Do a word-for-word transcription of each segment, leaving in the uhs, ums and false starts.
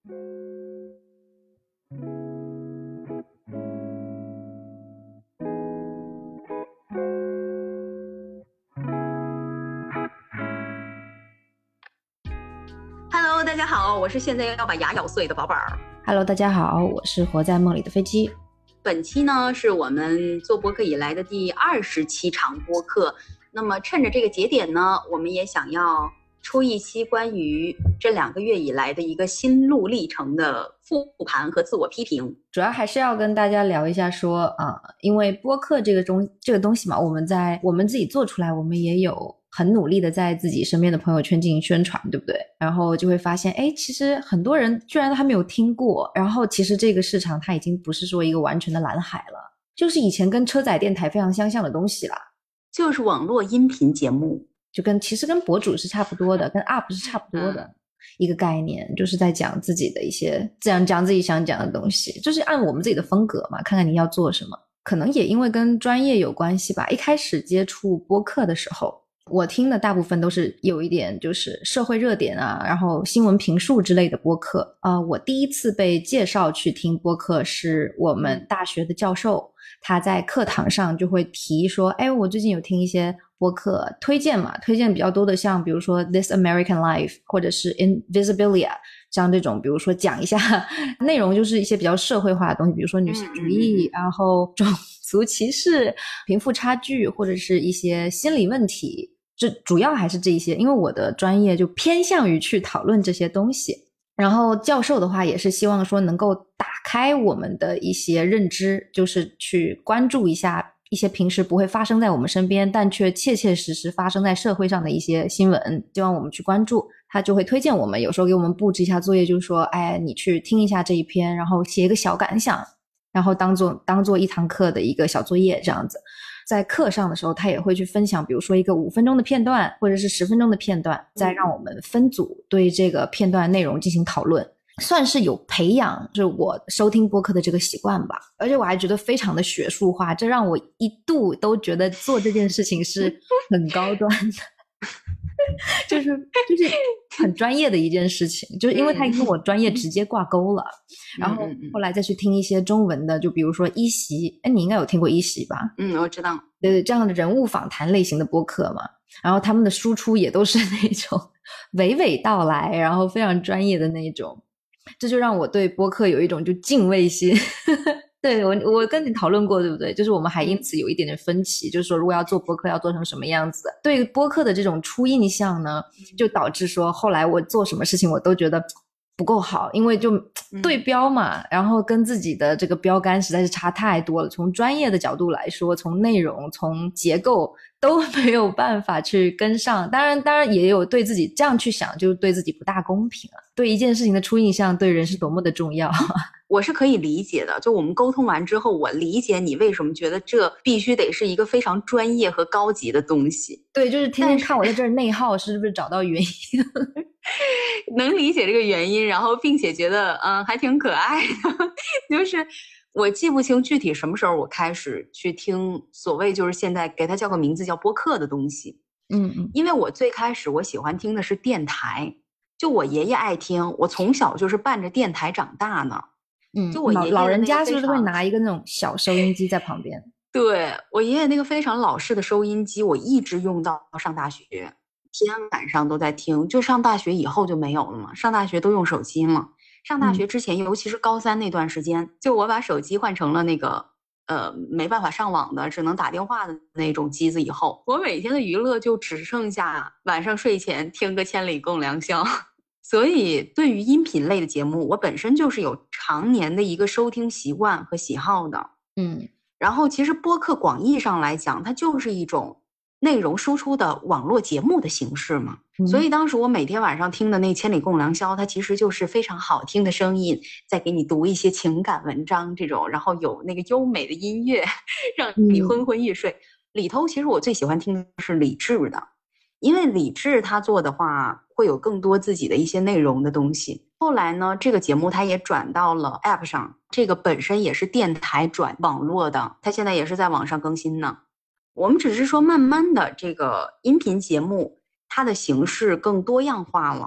Hello，大家好，我是现在要把牙咬碎的宝宝。 Hello， 大家好，我是活在梦里的飞机。 本期呢是我们做播客以来的第二十七场播客。那么趁着这个节点呢，我们也想要出一期关于这两个月以来的一个心路历程的复盘和自我批评。 主要还是要跟大家聊一下说啊、呃，因为播客这个东这个东西嘛，我们在我们自己做出来，我们也有很努力的在自己身边的朋友圈进行宣传，对不对？然后就会发现，哎，其实很多人居然都还没有听过。然后其实这个市场它已经不是说一个完全的蓝海了，就是以前跟车载电台非常相像的东西啦， 就是网络音频节目， 就跟其实跟博主是差不多的，跟 U P 是差不多的。嗯，一个概念，就是在讲自己的一些这样讲自己想讲的东西，就是按我们自己的风格嘛，看看你要做什么。可能也因为跟专业有关系吧，一开始接触播客的时候，我听的大部分都是有一点就是社会热点啊，然后新闻评述之类的播客啊、呃。我第一次被介绍去听播客是我们大学的教授，他在课堂上就会提说，哎，我最近有听一些播客推荐嘛，推荐比较多的像比如说 This American Life 或者是 Invisibilia， 像这种比如说讲一下内容就是一些比较社会化的东西，比如说女性主义，然后种族歧视、贫富差距，或者是一些心理问题，这主要还是这一些，因为我的专业就偏向于去讨论这些东西。然后教授的话也是希望说能够打开我们的一些认知，就是去关注一下一些平时不会发生在我们身边但却切切实实发生在社会上的一些新闻，希望我们去关注。他就会推荐我们，有时候给我们布置一下作业，就是说哎，你去听一下这一篇，然后写一个小感想，然后当做当做一堂课的一个小作业这样子。在课上的时候他也会去分享，比如说一个五分钟的片段或者是十分钟的片段，再让我们分组对这个片段内容进行讨论，算是有培养就是我收听播客的这个习惯吧。而且我还觉得非常的学术化，这让我一度都觉得做这件事情是很高端的就是就是很专业的一件事情，就是因为它跟我专业直接挂钩了。然后后来再去听一些中文的，就比如说一席，哎，你应该有听过一席吧？ 嗯，我知道。 对对，这样的人物访谈类型的播客嘛，然后他们的输出也都是那种娓娓道来，然后非常专业的那种，这就让我对播客有一种就敬畏心对，我我跟你讨论过对不对，就是我们还因此有一点点分歧，就是说如果要做播客要做成什么样子的。对播客的这种初印象呢，就导致说后来我做什么事情我都觉得不够好，因为就对标嘛、嗯、然后跟自己的这个标杆实在是差太多了，从专业的角度来说，从内容从结构都没有办法去跟上。当然当然也有对自己这样去想，就对自己不大公平啊。对一件事情的初印象对人是多么的重要我是可以理解的，就我们沟通完之后，我理解你为什么觉得这必须得是一个非常专业和高级的东西。 对，就是天天看我在这儿内耗，是不是找到原因能理解这个原因，然后并且觉得嗯还挺可爱的就是我记不清具体什么时候我开始去听所谓就是现在给它叫个名字叫播客的东西。 嗯嗯， 因为我最开始我喜欢听的是电台，就我爷爷爱听，我从小就是伴着电台长大呢。 嗯， 就我爷爷老人家是不是会拿一个那种小收音机在旁边？ 对，我爷爷那个非常老式的收音机，我一直用到上大学，天晚上都在听。就上大学以后就没有了嘛，上大学都用手机了。上大学之前、嗯、尤其是高三那段时间，就我把手机换成了那个呃没办法上网的，只能打电话的那种机子以后，我每天的娱乐就只剩下晚上睡前听个千里共良宵。所以对于音频类的节目，我本身就是有常年的一个收听习惯和喜好的。 嗯， 然后其实播客广义上来讲，它就是一种内容输出的网络节目的形式嘛。嗯、所以当时我每天晚上听的那千里共良宵，它其实就是非常好听的声音，在给你读一些情感文章这种，然后有那个优美的音乐让你昏昏欲睡。嗯、里头其实我最喜欢听的是李志的，因为李志他做的话会有更多自己的一些内容的东西。后来呢，这个节目他也转到了 App 上，这个本身也是电台转网络的，他现在也是在网上更新呢。我们只是说慢慢的这个音频节目它的形式更多样化了，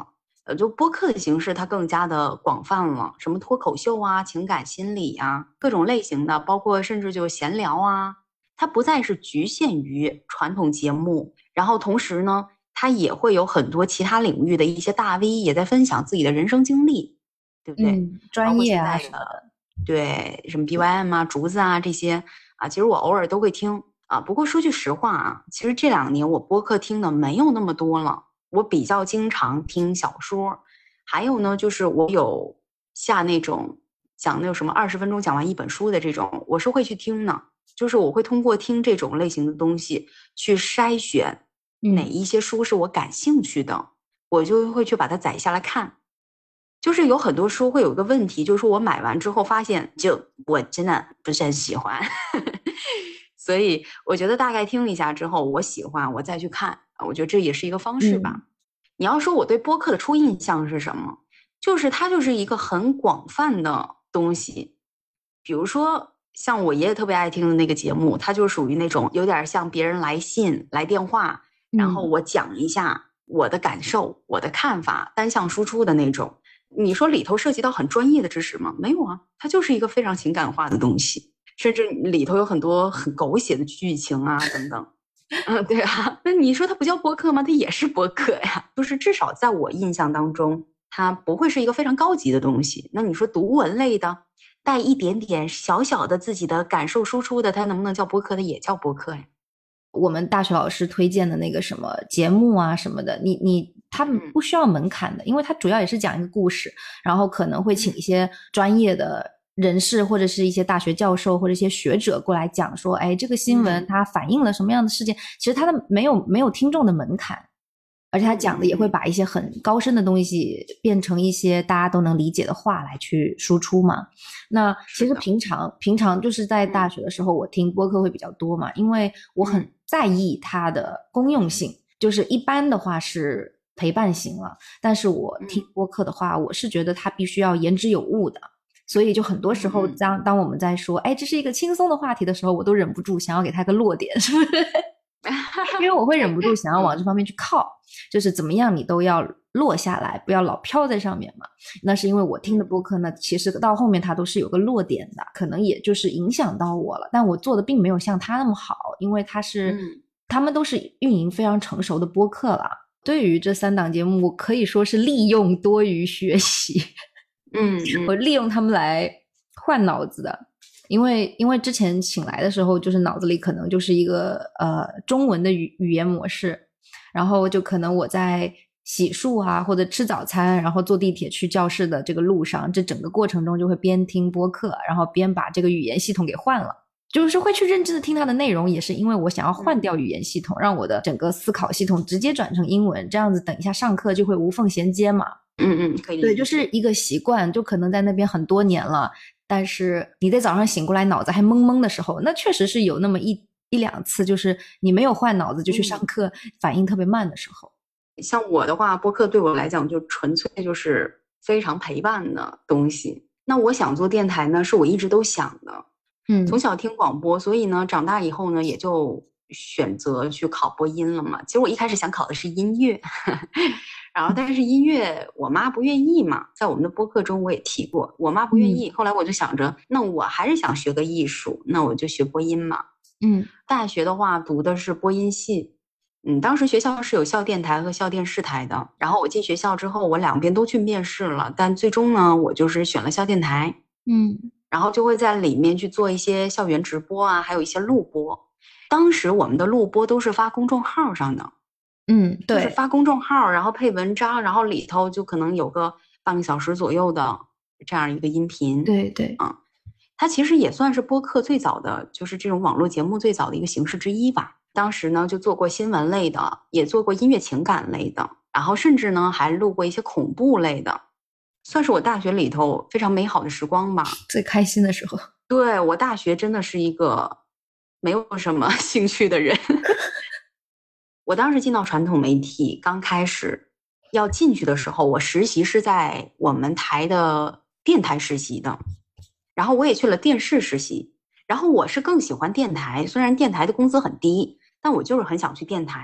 呃，就播客的形式它更加的广泛了，什么脱口秀啊、情感心理啊，各种类型的，包括甚至就闲聊啊，它不再是局限于传统节目。然后同时呢，它也会有很多其他领域的一些大 V 也在分享自己的人生经历，对不对？ 嗯，专包括业啊现在的什么的。 对什么 B Y M 啊、竹子啊这些啊，其实我偶尔都会听啊。不过说句实话啊，其实这两年我播客听的没有那么多了。我比较经常听小说，还有呢，就是我有下那种讲那种什么二十分钟讲完一本书的这种，我是会去听呢。就是我会通过听这种类型的东西去筛选哪嗯一些书是我感兴趣的，我就会去把它载下来看。就是有很多书会有一个问题，就是我买完之后发现，就我真的不是很喜欢，所以我觉得大概听了一下之后，我喜欢，我再去看，我觉得这也是一个方式吧。 嗯你要说我对播客的初印象是什么，就是它就是一个很广泛的东西。比如说像我爷爷特别爱听的那个节目，它就属于那种有点像别人来信、来电话，然后嗯我讲一下我的感受、我的看法，单向输出的那种。你说里头涉及到很专业的知识吗？没有啊，它就是一个非常情感化的东西，甚至里头有很多很狗血的剧情啊等等。嗯，对啊，那你说它不叫播客吗？它也是播客呀，就是至少在我印象当中，它不会是一个非常高级的东西。那你说读文类的，带一点点小小的自己的感受输出的，它能不能叫播客的？也叫播客呀。 我们大学老师推荐的那个什么节目啊什么的，你你他们嗯不需要门槛的，因为他主要也是讲一个故事，然后可能会请一些专业的人士或者是一些大学教授或者一些学者过来讲说，哎，这个新闻嗯它反映了什么样的事件，其实它的没有没有听众的门槛。而且他讲的也会把一些很高深的东西变成一些大家都能理解的话来去输出嘛。那其实平常平常就是在大学的时候，我听播客会比较多嘛，因为我很在意它的公用性。就是一般的话是陪伴型了，但是我听播客的话，我是觉得它必须要言之有物的。所以就很多时候当当我们在说，哎，这是一个轻松的话题的时候，我都忍不住想要给它个落点，是不是？因为我会忍不住想要往这方面去靠，就是怎么样你都要落下来，不要老飘在上面嘛。那是因为我听的播客呢，其实到后面它都是有个落点的，可能也就是影响到我了，但我做的并没有像他那么好，因为他是、嗯、他们都是运营非常成熟的播客了。对于这三档节目，可以说是利用多于学习， 嗯， 我利用他们来换脑子的。因为因为之前醒来的时候，就是脑子里可能就是一个呃中文的语语言模式，然后就可能我在洗漱啊或者吃早餐，然后坐地铁去教室的这个路上，这整个过程中就会边听播客，然后边把这个语言系统给换了，就是会去认真的听它的内容，也是因为我想要换掉语言系统，让我的整个思考系统直接转成英文，这样子等一下上课就会无缝衔接嘛。 嗯嗯，可以。 对，就是一个习惯，就可能在那边很多年了。但是你在早上醒过来脑子还懵懵的时候，那确实是有那么一一两次，就是你没有换脑子就去上课、嗯、反应特别慢的时候。 像我的话，播客对我来讲就纯粹就是非常陪伴的东西。那我想做电台呢，是我一直都想的。 嗯， 从小听广播，所以呢长大以后呢也就选择去考播音了嘛。其实我一开始想考的是音乐然后但是音乐我妈不愿意嘛，在我们的播客中我也提过，我妈不愿意、嗯、后来我就想着那我还是想学个艺术，那我就学播音嘛。 嗯， 大学的话读的是播音系，嗯，当时学校是有校电台和校电视台的，然后我进学校之后我两边都去面试了，但最终呢我就是选了校电台。 嗯， 然后就会在里面去做一些校园直播啊，还有一些录播。当时我们的录播都是发公众号上的， 嗯，对， 就是发公众号，然后配文章，然后里头就可能有个半个小时左右的这样一个音频。 对对， 啊，它其实也算是播客最早的，就是这种网络节目最早的一个形式之一吧。当时呢就做过新闻类的，也做过音乐情感类的，然后甚至呢还录过一些恐怖类的。算是我大学里头非常美好的时光吧， 最开心的时候。 对，我大学真的是一个没有什么兴趣的人我当时进到传统媒体刚开始要进去的时候，我实习是在我们台的电台实习的，然后我也去了电视实习，然后我是更喜欢电台，虽然电台的工资很低，但我就是很想去电台。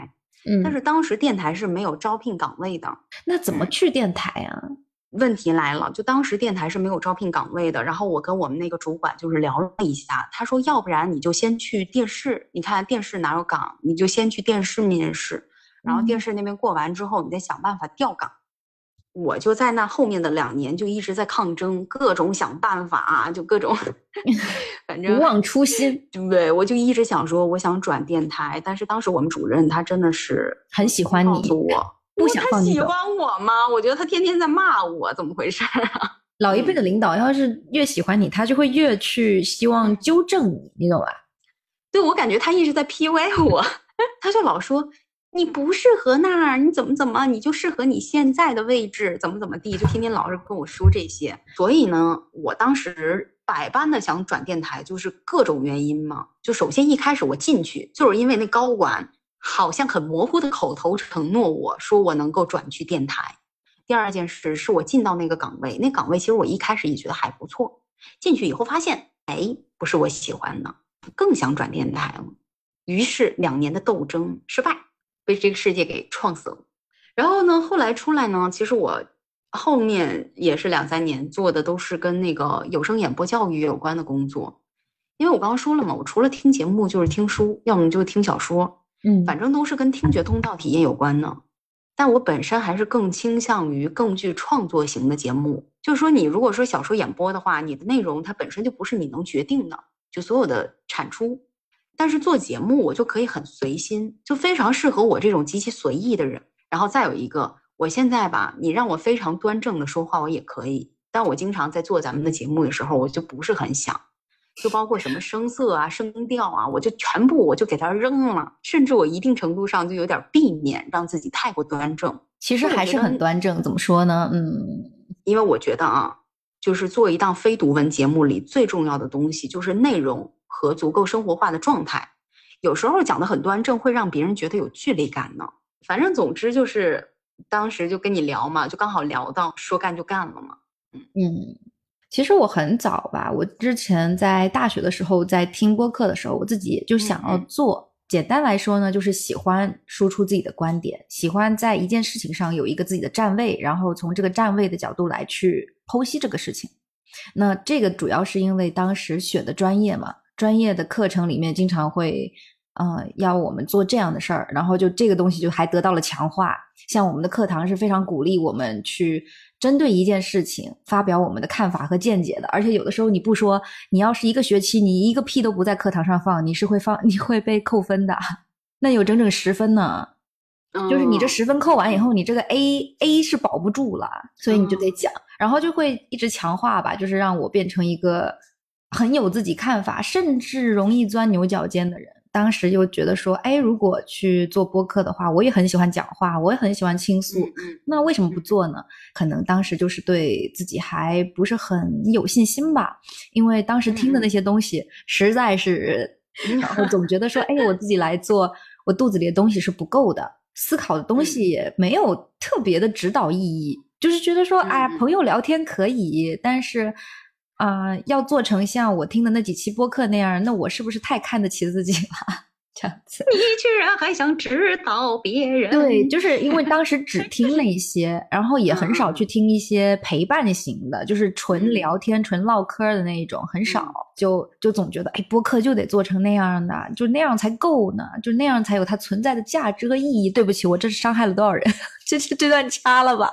嗯， 但是当时电台是没有招聘岗位的。 那怎么去电台啊？ 问题来了，就当时电台是没有招聘岗位的，然后我跟我们那个主管就是聊了一下，他说要不然你就先去电视，你看电视哪有岗，你就先去电视面试，然后电视那边过完之后，你再想办法调岗。我就在那后面的两年就一直在抗争，各种想办法啊，就各种反正不忘初心。 对，我就一直想说我想转电台，但是当时我们主任他真的是很喜欢你， 告诉我不想放你走。 他喜欢我吗？我觉得他天天在骂我，怎么回事啊？ 老一辈的领导要是越喜欢你，他就会越去希望纠正你，你懂吧？ 对，我感觉他一直在 P U A 我，他就老说你不适合那儿，你怎么怎么，你就适合你现在的位置，怎么怎么地，就天天老是跟我说这些。所以呢，我当时百般的想转电台，就是各种原因嘛。就首先一开始我进去，就是因为那高管好像很模糊的口头承诺我说我能够转去电台。第二件事是我进到那个岗位，那岗位其实我一开始也觉得还不错，进去以后发现，哎，不是我喜欢的，更想转电台了。于是两年的斗争失败，被这个世界给撞死了。然后呢，后来出来呢，其实我后面也是两三年做的都是跟那个有声演播教育有关的工作。因为我刚刚说了嘛，我除了听节目就是听书，要么就听小说， 嗯， 反正都是跟听觉通道体验有关的。但我本身还是更倾向于更具创作型的节目，就是说你如果说小说演播的话，你的内容它本身就不是你能决定的，就所有的产出。但是做节目我就可以很随心，就非常适合我这种极其随意的人。然后再有一个，我现在吧，你让我非常端正的说话我也可以，但我经常在做咱们的节目的时候，我就不是很想，就包括什么声色啊、声调啊，我就全部我就给它扔了，甚至我一定程度上就有点避免让自己太过端正。 其实还是很端正，怎么说呢？嗯， 因为我觉得啊，就是做一档非读文节目里最重要的东西就是内容和足够生活化的状态。有时候讲得很端正，会让别人觉得有距离感呢。反正总之就是当时就跟你聊嘛，就刚好聊到说干就干了嘛。 嗯嗯，其实我很早吧，我之前在大学的时候，在听播客的时候，我自己也就想要做。嗯嗯简单来说呢，就是喜欢输出自己的观点，喜欢在一件事情上有一个自己的站位，然后从这个站位的角度来去剖析这个事情。那这个主要是因为当时选的专业嘛，专业的课程里面经常会呃要我们做这样的事儿，然后就这个东西就还得到了强化。像我们的课堂是非常鼓励我们去针对一件事情发表我们的看法和见解的，而且有的时候你不说，你要是一个学期你一个屁都不在课堂上放，你是会放你会被扣分的，那有整整十分呢。就是你这十分扣完以后，你这个 A A 是保不住了，所以你就得讲，然后就会一直强化吧，就是让我变成一个很有自己看法，甚至容易钻牛角尖的人。当时又觉得说，哎，如果去做播客的话，我也很喜欢讲话，我也很喜欢倾诉，那为什么不做呢？可能当时就是对自己还不是很有信心吧，因为当时听的那些东西实在是，然后总觉得说，哎，我自己来做，我肚子里的东西是不够的，思考的东西也没有特别的指导意义，就是觉得说，哎呀，朋友聊天可以，但是啊、呃，要做成像我听的那几期播客那样，那我是不是太看得起自己了？这样子， 你居然还想指导别人？ 对，就是因为当时只听那些，然后也很少去听一些陪伴型的，就是纯聊天、纯唠嗑的那一种，很少。就就总觉得，哎，播客就得做成那样的，就那样才够呢，就那样才有它存在的价值和意义。对不起，我这是伤害了多少人？这这段掐了吧。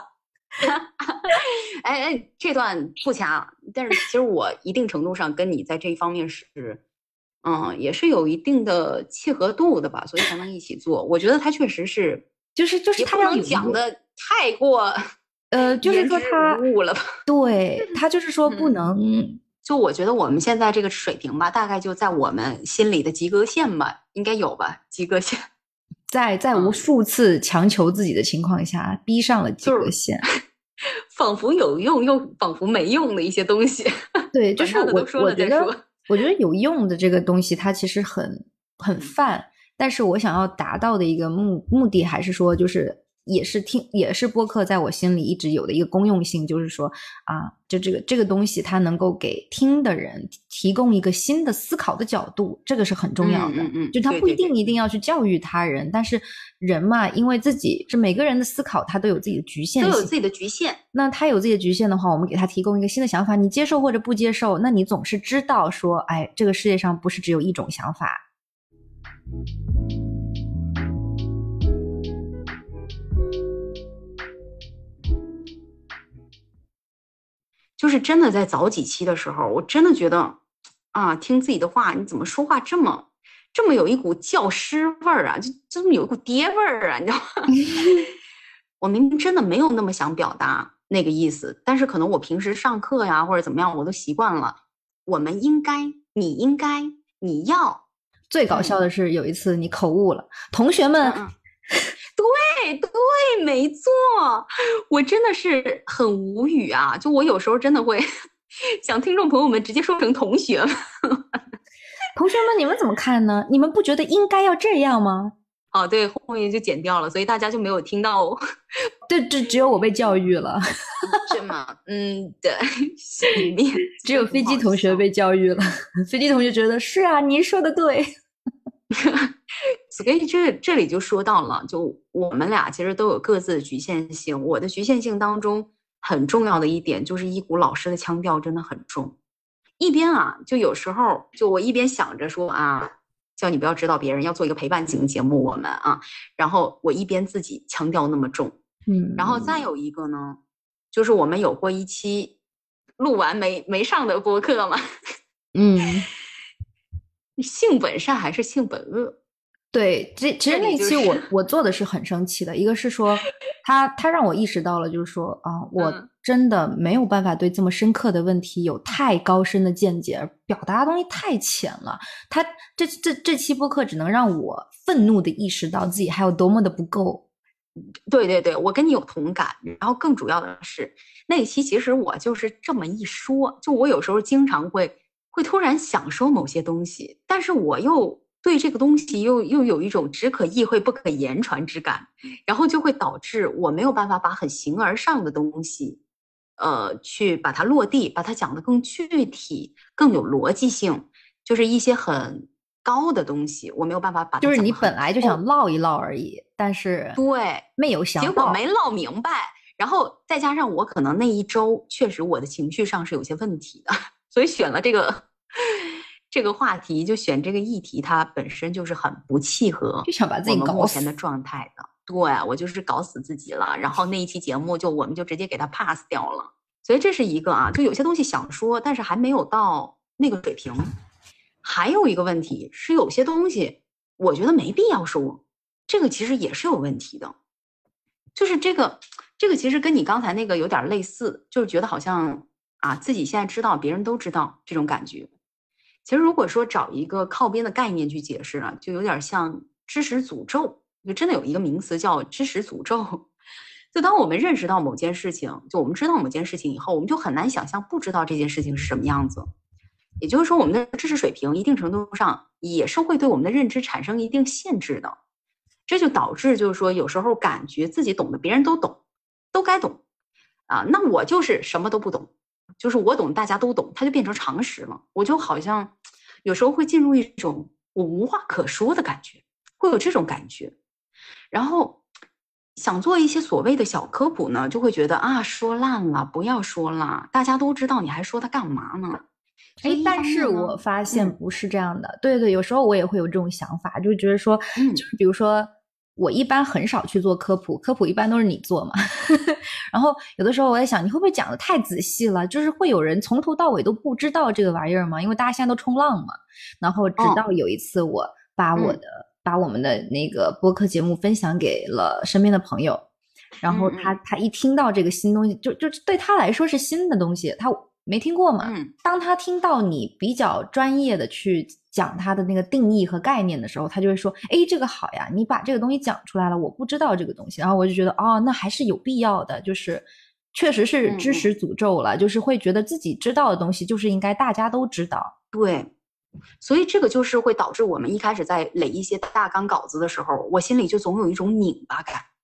哎哎，这段不掐，但是其实我一定程度上跟你在这一方面是，嗯，也是有一定的契合度的吧，所以才能一起做。我觉得他确实是， 就是就是他要讲的太过， 呃，就是说他误了吧？ 对，他就是说不能、嗯， 就我觉得我们现在这个水平吧，大概就在我们心里的及格线吧，应该有吧，及格线。 在在无数次强求自己的情况下，嗯、逼上了及格线， 仿佛有用又仿佛没用的一些东西。 对，就是我我觉得，我觉得有用的这个东西，它其实很很泛，但是我想要达到的一个目目的，还是说，就是也是听也是播客在我心里一直有的一个公用性，就是说啊，就这个这个东西它能够给听的人提供一个新的思考的角度，这个是很重要的。 嗯嗯嗯， 就它不一定对对对一定要去教育他人，但是人嘛，因为自己是每个人的思考，他都有自己的局限性， 都有自己的局限。 那他有自己的局限的话，我们给他提供一个新的想法，你接受或者不接受，那你总是知道说，哎，这个世界上不是只有一种想法。 就是真的在早几期的时候，我真的觉得啊，听自己的话，你怎么说话这么这么有一股教师味儿啊，就这么有一股爹味儿啊，你知道吗？我明明真的没有那么想表达那个意思，但是可能我平时上课呀或者怎么样，我都习惯了。我们应该，你应该，你要。 最搞笑的是有一次你口误了，同学们。 嗯嗯对对，没错，我真的是很无语啊！就我有时候真的会想听众朋友们直接说成同学们。 同学们，你们怎么看呢？你们不觉得应该要这样吗？ 哦，对，后面就剪掉了，所以大家就没有听到。 对，这只有我被教育了。 是吗？嗯，对，里面只有飞机同学被教育了。飞机同学觉得是啊，你说的对。 所以这这里就说到了，就我们俩其实都有各自的局限性。我的局限性当中很重要的一点就是一股老师的腔调真的很重。一边啊，就有时候就我一边想着说啊，叫你不要指导别人，要做一个陪伴型节目，我们啊，然后我一边自己腔调那么重， 嗯， 然后再有一个呢，就是我们有过一期录完没没上的播客嘛， 嗯， 性本善还是性本恶？ 对，这其实那期我、 就是、 我做的是很生气的，一个是说他他让我意识到了，就是说啊，我嗯真的没有办法对这么深刻的问题有太高深的见解，表达的东西太浅了。他这这这期播客只能让我愤怒的意识到自己还有多么的不够。 对对对，我跟你有同感。然后更主要的是，那一期其实我就是这么一说，就我有时候经常会会突然想说某些东西，但是我又对这个东西又又有一种只可意会不可言传之感，然后就会导致我没有办法把很形而上的东西，呃，去把它落地，把它讲得更具体、更有逻辑性，就是一些很高的东西，我没有办法把它讲得很透。 就是你本来就想唠一唠而已，但是对， 没有想到， 结果没唠明白，然后再加上我可能那一周确实我的情绪上是有些问题的，所以选了这个这个话题，就选这个议题，它本身就是很不契合就想把自己我们搞死目前的状态的。对，我就是搞死自己了，然后那一期节目就我们就直接给它 pass 掉了。所以这是一个啊，就有些东西想说，但是还没有到那个水平。还有一个问题是，有些东西我觉得没必要说，这个其实也是有问题的。就是这个，这个其实跟你刚才那个有点类似，就是觉得好像啊自己现在知道，别人都知道这种感觉。其实如果说找一个靠边的概念去解释啊，就有点像知识诅咒，就真的有一个名词叫知识诅咒。就当我们认识到某件事情，就我们知道某件事情以后，我们就很难想象不知道这件事情是什么样子。也就是说，我们的知识水平一定程度上也是会对我们的认知产生一定限制的。这就导致就是说，有时候感觉自己懂的别人都懂，都该懂啊，那我就是什么都不懂，就是我懂大家都懂，它就变成常识了。我就好像有时候会进入一种我无话可说的感觉，会有这种感觉。然后想做一些所谓的小科普呢，就会觉得啊，说烂了，不要说了，大家都知道，你还说它干嘛呢？ 哎，但是我发现不是这样的。嗯、对对，有时候我也会有这种想法，就觉得说， 嗯、 就是比如说，我一般很少去做科普，科普一般都是你做嘛。然后有的时候我在想，你会不会讲的太仔细了？就是会有人从头到尾都不知道这个玩意儿吗？因为大家现在都冲浪嘛。然后直到有一次，我把我的、嗯、把我们的那个播客节目分享给了身边的朋友，然后他、嗯、他一听到这个新东西，就就对他来说是新的东西，他没听过嘛。 嗯， 当他听到你比较专业的去讲他的那个定义和概念的时候，他就会说，诶，这个好呀，你把这个东西讲出来了，我不知道这个东西。然后我就觉得，哦，那还是有必要的，就是确实是知识诅咒了，嗯、就是会觉得自己知道的东西就是应该大家都知道。 对，所以这个就是会导致我们一开始在垒一些大纲稿子的时候，我心里就总有一种拧巴感。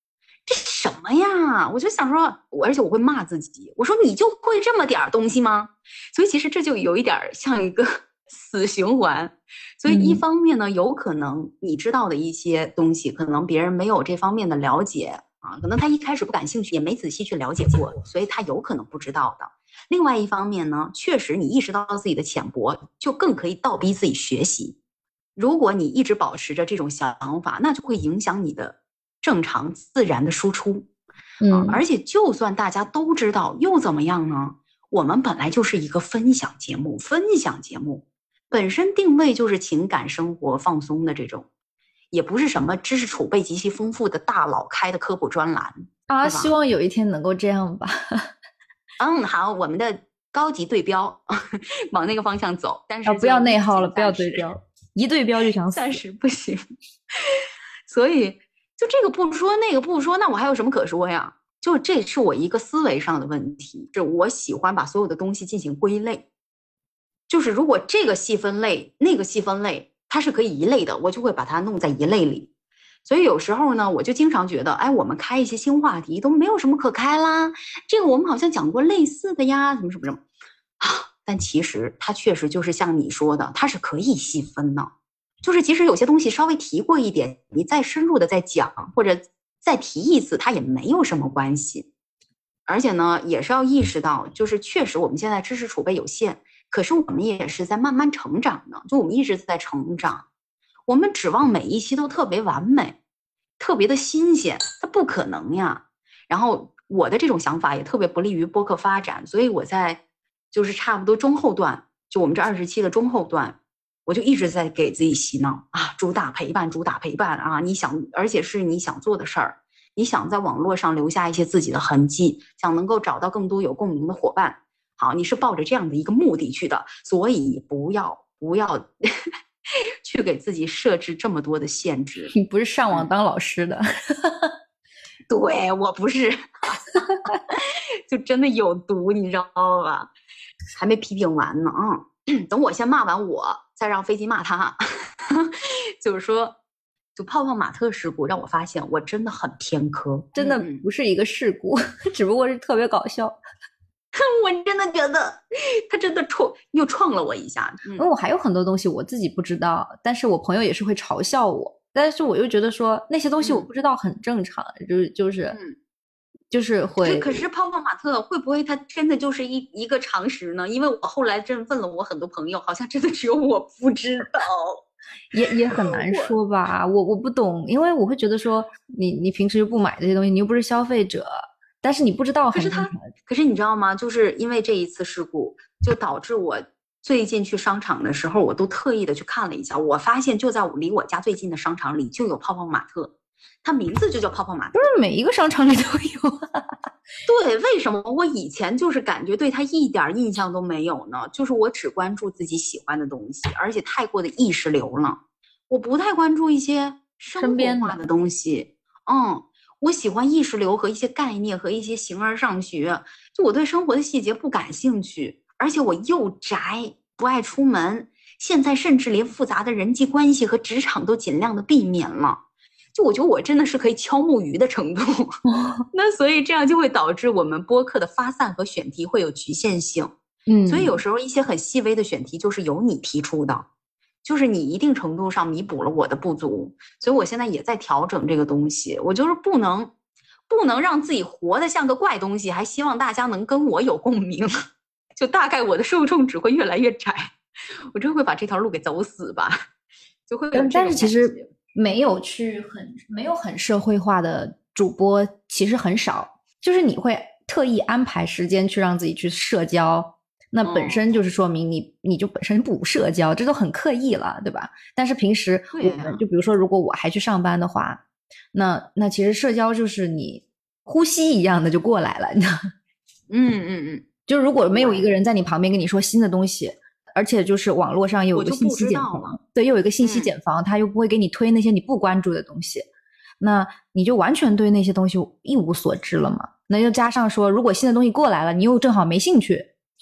这什么呀？我就想说，而且我会骂自己，我说你就会这么点东西吗？所以其实这就有一点像一个死循环。所以一方面呢，有可能你知道的一些东西，可能别人没有这方面的了解啊，可能他一开始不感兴趣，也没仔细去了解过，所以他有可能不知道的。另外一方面呢，确实你意识到自己的浅薄，就更可以倒逼自己学习。如果你一直保持着这种想法，那就会影响你的正常自然的输出。 嗯、 啊，而且就算大家都知道，又怎么样呢？我们本来就是一个分享节目，分享节目本身定位就是情感生活放松的这种，也不是什么知识储备极其丰富的大佬开的科普专栏啊。希望有一天能够这样吧。 嗯，好，我们的高级对标往那个方向走，但是、 啊、不要内耗了，不要对标，一对标就想死， 暂时不行。所以就这个不说，那个不说，那我还有什么可说呀？就这是我一个思维上的问题，是我喜欢把所有的东西进行归类。就是如果这个细分类，那个细分类，它是可以一类的，我就会把它弄在一类里。所以有时候呢，我就经常觉得，哎，我们开一些新话题都没有什么可开啦。这个我们好像讲过类似的呀，什么什么什么啊。但其实它确实就是像你说的，它是可以细分的。就是即使有些东西稍微提过一点，你再深入的再讲，或者再提一次，它也没有什么关系。而且呢，也是要意识到，就是确实我们现在知识储备有限，可是我们也是在慢慢成长的，就我们一直在成长。我们指望每一期都特别完美，特别的新鲜，它不可能呀。然后我的这种想法也特别不利于播客发展，所以我在就是差不多中后段，就我们这二十期的中后段，我就一直在给自己洗脑啊，主打陪伴，主打陪伴啊！你想，而且是你想做的事儿，你想在网络上留下一些自己的痕迹，想能够找到更多有共鸣的伙伴。好，你是抱着这样的一个目的去的，所以不要不要去给自己设置这么多的限制。 你不是上网当老师的。 对，我不是。就真的有毒，你知道吧？还没批评完呢啊！等我先骂完我，再让飞机骂他。就是说，就泡泡玛特事故让我发现我真的很偏科， 真的不是一个事故，嗯、只不过是特别搞笑。 我真的觉得他真的创又创了我一下。 因为我还有很多东西我自己不知道，但是我朋友也是会嘲笑我，但是我又觉得说那些东西我不知道很正常，嗯、就是就是。嗯就是会， 可是泡泡玛特会不会它真的就是一一个常识呢？因为我后来真问了我很多朋友，好像真的只有我不知道， 也也很难说吧。我我不懂，因为我会觉得说，你你平时又不买这些东西，你又不是消费者，但是你不知道很正常。 可是他，可是你知道吗？就是因为这一次事故，就导致我最近去商场的时候，我都特意的去看了一下，我发现就在离我家最近的商场里就有泡泡玛特。它名字就叫泡泡玛特， 不是每一个商场里都有啊。 对，为什么我以前就是感觉对它一点印象都没有呢？就是我只关注自己喜欢的东西，而且太过的意识流了，我不太关注一些生活化的东西。嗯，我喜欢意识流和一些概念和一些形而上学，就我对生活的细节不感兴趣，而且我又宅，不爱出门，现在甚至连复杂的人际关系和职场都尽量的避免了。就我觉得我真的是可以敲木鱼的程度，那所以这样就会导致我们播客的发散和选题会有局限性。嗯，所以有时候一些很细微的选题就是由你提出的，就是你一定程度上弥补了我的不足，所以我现在也在调整这个东西。我就是不能不能让自己活得像个怪东西，还希望大家能跟我有共鸣，就大概我的受众只会越来越窄，我真会把这条路给走死吧，就会有这种感觉。 但是其实没有去很没有很社会化的主播其实很少，就是你会特意安排时间去让自己去社交，那本身就是说明你、嗯、你就本身不社交，这都很刻意了，对吧？但是平时我们、啊、就比如说如果我还去上班的话，那那其实社交就是你呼吸一样的就过来了，你知道吗？ 嗯嗯嗯， 就如果没有一个人在你旁边跟你说新的东西，而且就是网络上又有一个信息茧房，对，又有一个信息茧房，他、嗯、又不会给你推那些你不关注的东西，那你就完全对那些东西一无所知了嘛。那又加上说，如果新的东西过来了，你又正好没兴趣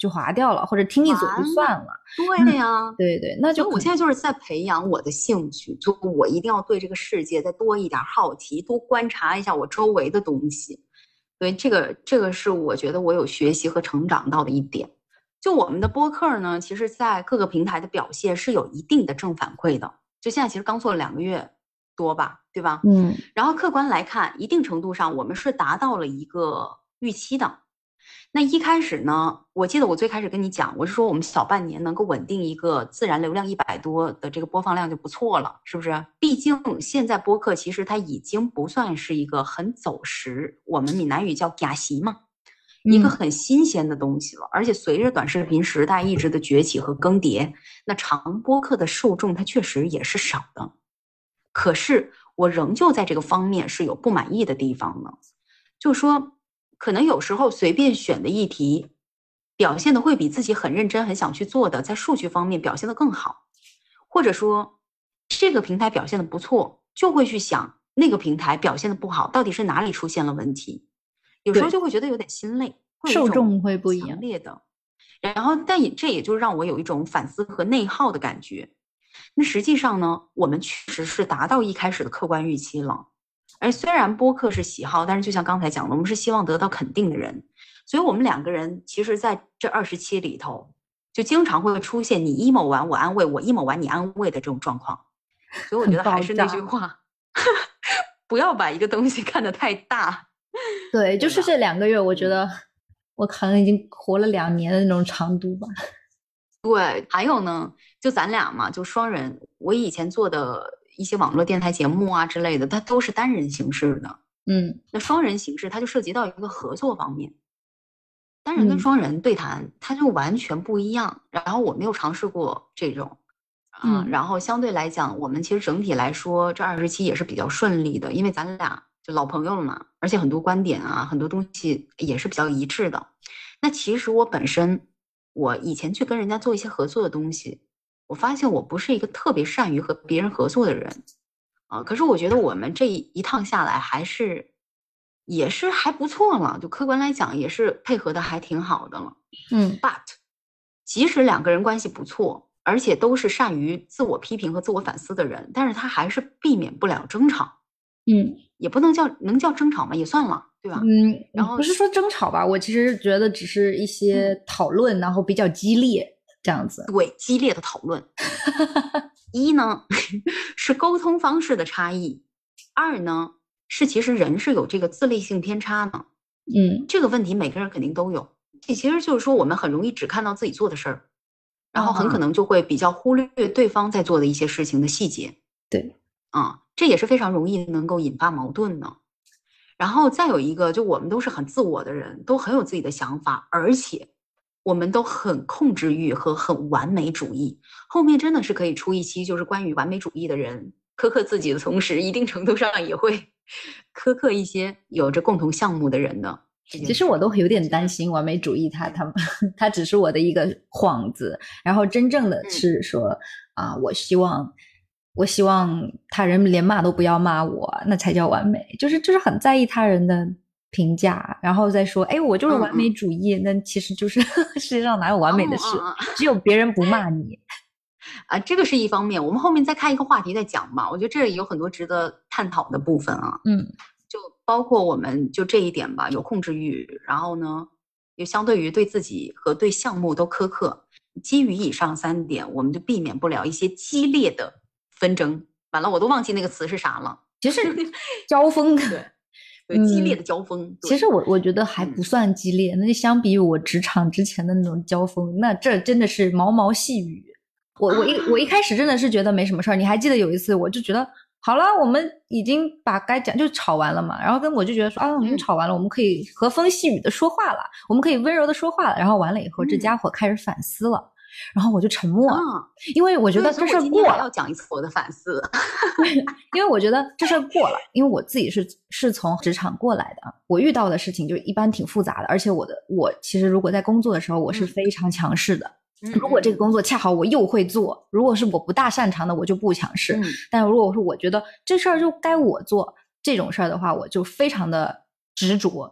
就划掉了，或者听一嘴就算了。 对呀、啊嗯，对对，那就我现在就是在培养我的兴趣，就我一定要对这个世界再多一点好奇，多观察一下我周围的东西。对，这个这个是我觉得我有学习和成长到的一点。就我们的播客呢，其实在各个平台的表现是有一定的正反馈的。就现在其实刚做了两个月多吧，对吧？ 嗯， 然后客观来看，一定程度上我们是达到了一个预期的。那一开始呢，我记得我最开始跟你讲，我是说我们小半年能够稳定一个自然流量一百多的这个播放量就不错了，是不是？毕竟现在播客其实它已经不算是一个很走时，我们闽南语叫假席嘛，一个很新鲜的东西了。而且随着短视频时代一直的崛起和更迭，那长播客的受众它确实也是少的。可是我仍旧在这个方面是有不满意的地方的，就是说可能有时候随便选的议题表现的会比自己很认真很想去做的在数据方面表现的更好，或者说这个平台表现的不错，就会去想那个平台表现的不好到底是哪里出现了问题，有时候就会觉得有点心累， 受众会不一样， 强烈的，然后但也这也就让我有一种反思和内耗的感觉。那实际上呢，我们确实是达到一开始的客观预期了。而虽然播客是喜好，但是就像刚才讲的，我们是希望得到肯定的人，所以我们两个人其实在这二十期里头，就经常会出现你 emo 完我安慰，我 emo 完你安慰的这种状况。所以我觉得还是那句话，不要把一个东西看得太大。 对，就是这两个月，我觉得我可能已经活了两年的那种长度吧。 对，还有呢，就咱俩嘛，就双人。我以前做的一些网络电台节目啊之类的，它都是单人形式的。 嗯， 那双人形式它就涉及到一个合作方面，单人跟双人对谈，嗯、它就完全不一样。然后我没有尝试过这种，啊、嗯，然后相对来讲，我们其实整体来说，这二十期也是比较顺利的，因为咱俩就老朋友了嘛，而且很多观点啊，很多东西也是比较一致的。那其实我本身。我以前去跟人家做一些合作的东西，我发现我不是一个特别善于和别人合作的人啊。可是我觉得我们这一趟下来还是也是还不错了，就客观来讲也是配合的还挺好的了。 嗯 ，but 即使两个人关系不错，而且都是善于自我批评和自我反思的人，但是他还是避免不了争吵。 嗯， 也不能叫能叫争吵吗？也算了。对吧？ 嗯， 然后不是说争吵吧，我其实觉得只是一些讨论，嗯、然后比较激烈这样子。 对，激烈的讨论。一呢是沟通方式的差异，二呢是其实人是有这个自立性偏差的。 嗯， 这个问题每个人肯定都有。这其实就是说我们很容易只看到自己做的事儿，然后很可能就会比较忽略对方在做的一些事情的细节。 对， 啊、嗯，这也是非常容易能够引发矛盾的。然后再有一个，就我们都是很自我的人，都很有自己的想法，而且我们都很控制欲和很完美主义。后面真的是可以出一期，就是关于完美主义的人苛刻自己的同时，一定程度上也会苛刻一些有着共同项目的人的。 其实我都有点担心完美主义他，他他他只是我的一个幌子，然后真正的是说啊、嗯呃，我希望。我希望他人连骂都不要骂我，那才叫完美。就是就是很在意他人的评价，然后再说，哎，我就是完美主义。嗯嗯那其实就是世界上哪有完美的事，哦、只有别人不骂你。 啊，这个是一方面。我们后面再开一个话题再讲吧。我觉得这里有很多值得探讨的部分啊。 嗯， 就包括我们就这一点吧，有控制欲，然后呢，又相对于对自己和对项目都苛刻。基于以上三点，我们就避免不了一些激烈的纷争。完了，我都忘记那个词是啥了。 其实交锋， 对，对，激烈的交锋。嗯、 其实我我觉得还不算激烈，那、嗯、相比于我职场之前的那种交锋，那这真的是毛毛细雨。我我一我一开始真的是觉得没什么事儿。你还记得有一次，我就觉得好了，我们已经把该讲就吵完了嘛，然后跟我就觉得说啊，我们吵完了，我们可以和风细雨的说话了，我们可以温柔的说话了。然后完了以后，这家伙开始反思了。然后我就沉默了，嗯、因为我觉得这事过了。 要讲一次我的反思， 因为我觉得这事过了，因为我自己是是从职场过来的，我遇到的事情就一般挺复杂的，而且我的我其实如果在工作的时候，我是非常强势的。嗯、如果这个工作恰好我又会做，如果是我不大擅长的，我就不强势。嗯、但如果说我觉得这事儿就该我做这种事儿的话，我就非常的执着。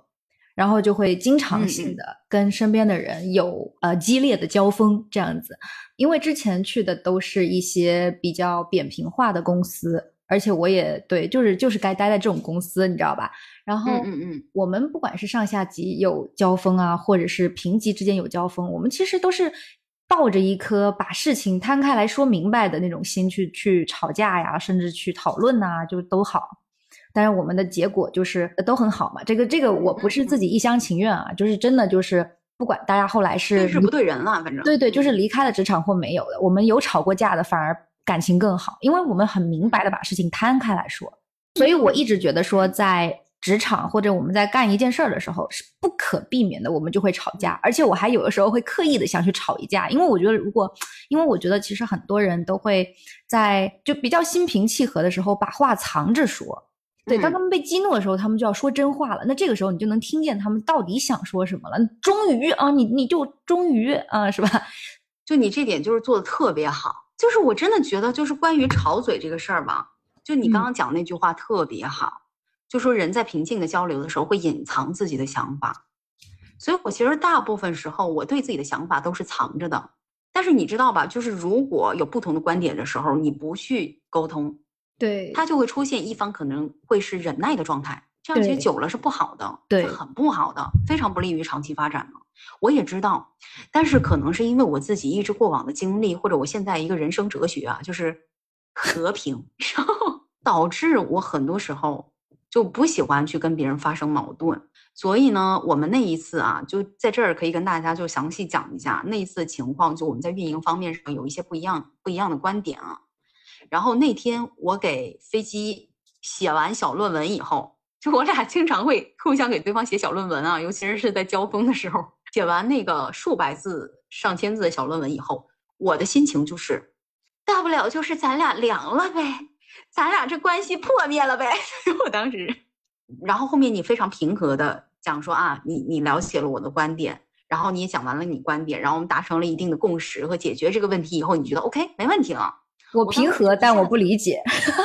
然后就会经常性的跟身边的人有呃激烈的交锋这样子。因为之前去的都是一些比较扁平化的公司，而且我也对就是就是该待在这种公司，你知道吧。然后嗯嗯嗯， 我们不管是上下级有交锋啊，或者是平级之间有交锋，我们其实都是抱着一颗把事情摊开来说明白的那种心去去吵架呀，甚至去讨论啊，就都好。当然我们的结果就是都很好嘛，这个这个我不是自己一厢情愿啊，就是真的就是不管大家后来是对事不对人了，反正对对，就是离开了职场或没有的，我们有吵过架的反而感情更好，因为我们很明白的把事情摊开来说。所以我一直觉得说在职场或者我们在干一件事儿的时候是不可避免的，我们就会吵架，而且我还有的时候会刻意的想去吵一架，因为我觉得如果因为我觉得其实很多人都会在就比较心平气和的时候把话藏着说，对，当他们被激怒的时候，他们就要说真话了。那这个时候你就能听见他们到底想说什么了。终于啊，你你就终于啊，是吧？ 就你这点就是做的特别好。就是我真的觉得，就是关于吵嘴这个事儿吧，就你刚刚讲那句话特别好，嗯、就说人在平静的交流的时候会隐藏自己的想法。所以我其实大部分时候我对自己的想法都是藏着的。但是你知道吧，就是如果有不同的观点的时候，你不去沟通。 对， 它就会出现一方可能会是忍耐的状态，这样其实久了是不好的， 对， 是很不好的，非常不利于长期发展的。我也知道，但是可能是因为我自己一直过往的经历，或者我现在一个人生哲学啊，就是和平，然后导致我很多时候就不喜欢去跟别人发生矛盾。所以呢，我们那一次啊，就在这儿可以跟大家就详细讲一下那一次的情况，就我们在运营方面上有一些不一样不一样的观点啊。然后那天我给飞机写完小论文以后，就我俩经常会互相给对方写小论文啊，尤其是在交锋的时候，写完那个数百字、上千字的小论文以后，我的心情就是，大不了就是咱俩凉了呗，咱俩这关系破灭了呗。我当时，然后后面你非常平和的讲说啊，你你了解了我的观点。然后你也讲完了你观点，然后我们达成了一定的共识和解决这个问题以后，你觉得 OK 没问题了。 我平和，但我不理解。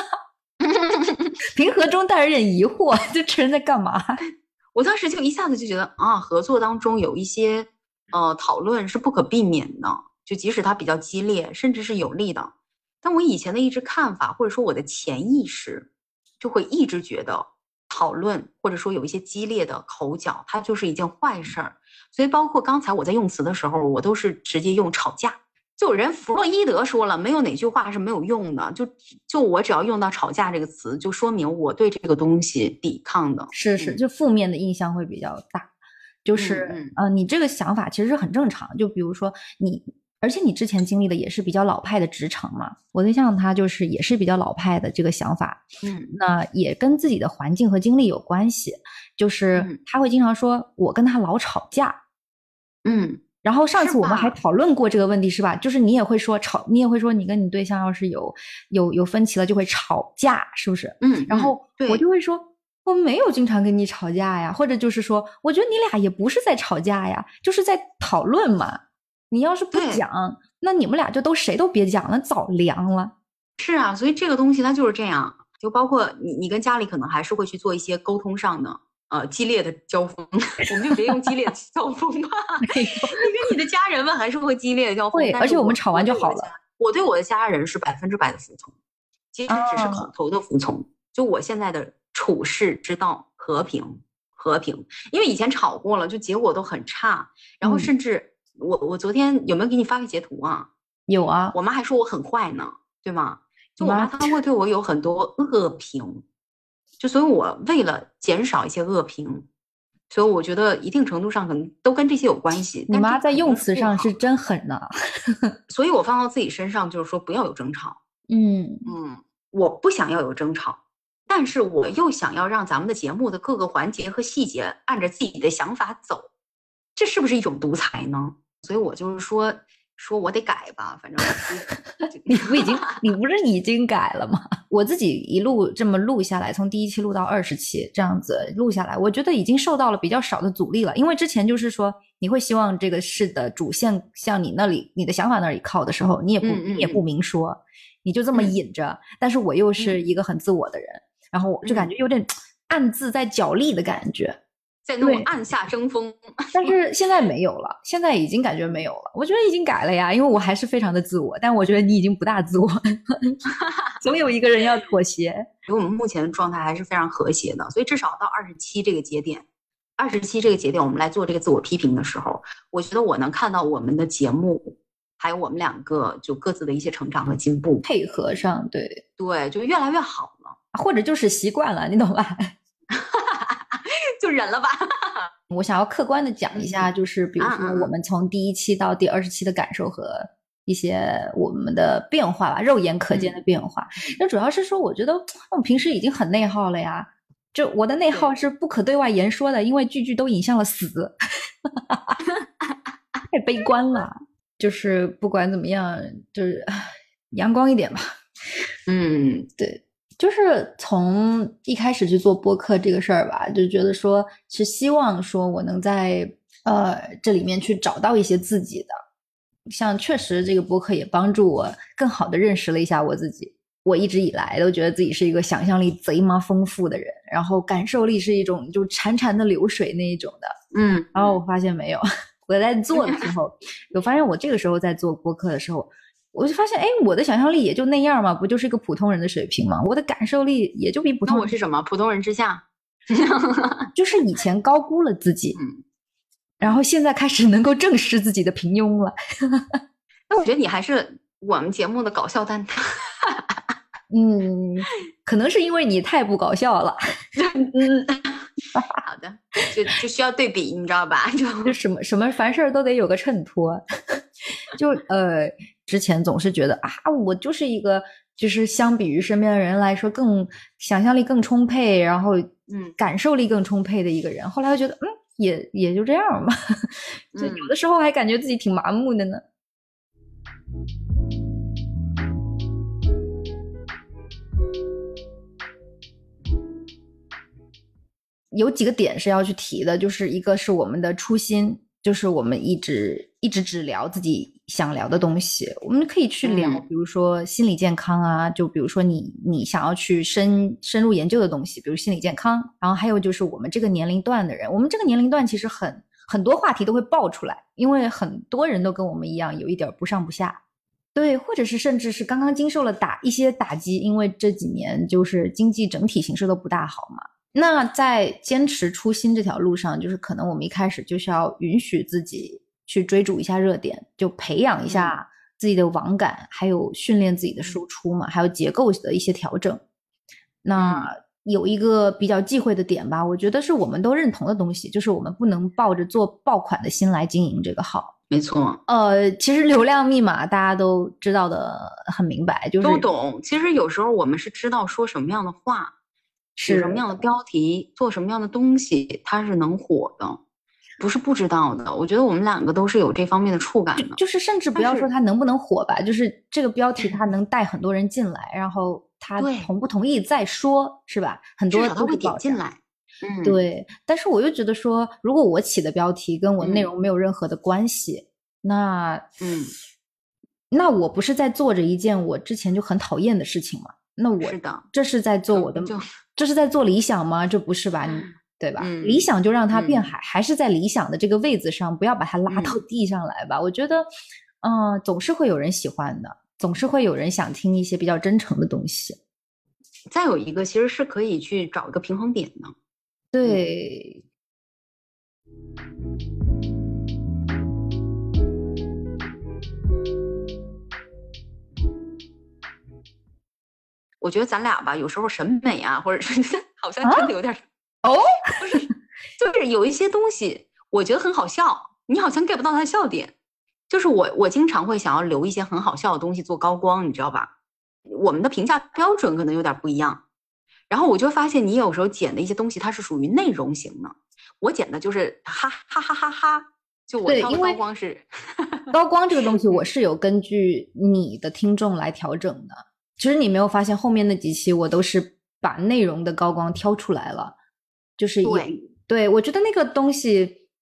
平和中带着点疑惑，就这人在干嘛？ 我当时就一下子就觉得啊，合作当中有一些呃讨论是不可避免的，就即使它比较激烈，甚至是有利的。但我以前的一直看法，或者说我的潜意识，就会一直觉得讨论或者说有一些激烈的口角，它就是一件坏事儿。所以包括刚才我在用词的时候，我都是直接用吵架。就人弗洛伊德说了，没有哪句话是没有用的。就就我只要用到吵架这个词，就说明我对这个东西抵抗的。 是是，就负面的印象会比较大。就是、嗯、呃，你这个想法其实是很正常。就比如说你，而且你之前经历的也是比较老派的职场嘛。我对象他就是也是比较老派的这个想法。 嗯， 那也跟自己的环境和经历有关系。就是他会经常说，我跟他老吵架。 嗯。 然后上次我们还讨论过这个问题，是吧？就是你也会说吵，你也会说你跟你对象要是有有有分歧了就会吵架，是不是？ 嗯。 然后我就会说我没有经常跟你吵架呀，或者就是说我觉得你俩也不是在吵架呀，就是在讨论嘛。你要是不讲，那你们俩就都谁都别讲了，早凉了。 是啊，所以这个东西它就是这样，就包括你你跟家里可能还是会去做一些沟通上的。呃，激烈的交锋，我们就别用激烈的交锋吧。你跟你的家人们还是会激烈的交锋， 会，而且我们吵完就好了。 我对我的家人是百分之百的服从，其实只是口头的服从。啊、就我现在的处事之道，和平，和平。因为以前吵过了，就结果都很差，然后甚至、嗯、我我昨天有没有给你发个截图啊？ 有啊， 我妈还说我很坏呢，对吗？就我妈她会对我有很多恶评。就所以我为了减少一些恶评，所以我觉得一定程度上可能都跟这些有关系。 你妈在用词上是真狠呐。 所以我放到自己身上就是说不要有争吵。 嗯嗯，我不想要有争吵，但是我又想要让咱们的节目的各个环节和细节按着自己的想法走，这是不是一种独裁呢？所以我就是说说我得改吧，反正你不已经你不是已经改了吗？我自己一路这么录下来，从第一期录到二十期这样子录下来，我觉得已经受到了比较少的阻力了。因为之前就是说你会希望这个事的主线向你那里你的想法那里靠的时候，你也不、嗯、你也不明说，你就这么引着、嗯、但是我又是一个很自我的人、嗯、然后我就感觉有点暗自在角力的感觉。 在那种暗下争锋。 但是现在没有了，现在已经感觉没有了。我觉得已经改了呀，因为我还是非常的自我，但我觉得你已经不大自我，总有一个人要妥协。 因为我们目前的状态还是非常和谐的，所以至少到二十七这个节点，二十七这个节点，我们来做这个自我批评的时候，我觉得我能看到我们的节目，还有我们两个就各自的一些成长和进步， 配合上，对对，就越来越好了， 或者就是习惯了，你懂吧？ 就忍了吧。 我想要客观的讲一下，就是比如说我们从第一期到第二十期的感受和一些我们的变化吧，肉眼可见的变化。那、嗯、主要是说，我觉得我们平时已经很内耗了呀。就我的内耗是不可对外言说的，因为句句都引向了死，太悲观了。就是不管怎么样，就是阳光一点吧。 嗯， 对。就是从一开始去做播客这个事儿吧，就觉得说是希望说我能在呃这里面去找到一些自己的，像确实这个播客也帮助我更好的认识了一下我自己。我一直以来都觉得自己是一个想象力贼妈丰富的人，然后感受力是一种就潺潺的流水那一种的， 嗯， 然后我发现没有，我在做的时候，我发现我这个时候在做播客的时候。我就发现，哎，我的想象力也就那样嘛，不就是一个普通人的水平吗？我的感受力也就比普通人。 那我是什么？普通人之下， 就是以前高估了自己，嗯，然后现在开始能够正视自己的平庸了。 那我觉得你还是我们节目的搞笑担当。 嗯，可能是因为你太不搞笑了。 嗯，好的，就就需要对比，你知道吧？就就什么什么凡事都得有个衬托。就呃，之前总是觉得啊，我就是一个，就是相比于身边的人来说，更想象力更充沛，然后嗯，感受力更充沛的一个人。后来又觉得，嗯，也也就这样吧。就有的时候还感觉自己挺麻木的呢。有几个点是要去提的，就是一个是我们的初心，就是我们一直一直只聊自己想聊的东西，我们可以去聊， 嗯、 比如说心理健康啊，就比如说你你想要去深深入研究的东西，比如心理健康，然后还有就是我们这个年龄段的人，我们这个年龄段其实很很多话题都会爆出来，因为很多人都跟我们一样有一点不上不下，对，或者是甚至是刚刚经受了打一些打击，因为这几年就是经济整体形势都不大好嘛。那在坚持初心这条路上，就是可能我们一开始就是要允许自己去追逐一下热点，就培养一下自己的网感，嗯、还有训练自己的输出嘛，还有结构的一些调整。那有一个比较忌讳的点吧，我觉得是我们都认同的东西，就是我们不能抱着做爆款的心来经营这个号。 没错， 呃，其实流量密码大家都知道的很明白，就是都懂。其实有时候我们是知道说什么样的话。是什么样的标题，做什么样的东西，它是能火的，不是不知道的。我觉得我们两个都是有这方面的触感的。 就, 就是甚至不要说它能不能火吧，就是这个标题它能带很多人进来，然后他同不同意再说，是吧？很多至少他会点进来。嗯， 对。但是我又觉得说，如果我起的标题跟我内容没有任何的关系，嗯、那嗯， 那我不是在做着一件我之前就很讨厌的事情吗？那我是的， 这是在做我的。这是在做理想吗？这不是吧，你对吧？嗯、理想就让它变海、嗯，还是在理想的这个位子上，不要把它拉到地上来吧。嗯、我觉得，嗯、呃，总是会有人喜欢的，总是会有人想听一些比较真诚的东西。 再有一个，其实是可以去找一个平衡点的。 对。 我觉得咱俩吧，有时候审美啊，或者是好像真的有点哦、啊， 不是，就是有一些东西，我觉得很好笑，你好像 get 不到它的笑点。就是我，我经常会想要留一些很好笑的东西做高光，你知道吧？我们的评价标准可能有点不一样。然后我就发现，你有时候剪的一些东西，它是属于内容型的，我剪的就是哈哈哈哈哈。就我挑的高光是高光这个东西，我是有根据你的听众来调整的。其实你没有发现后面那几期我都是把内容的高光挑出来了，就是对对，我觉得那个东西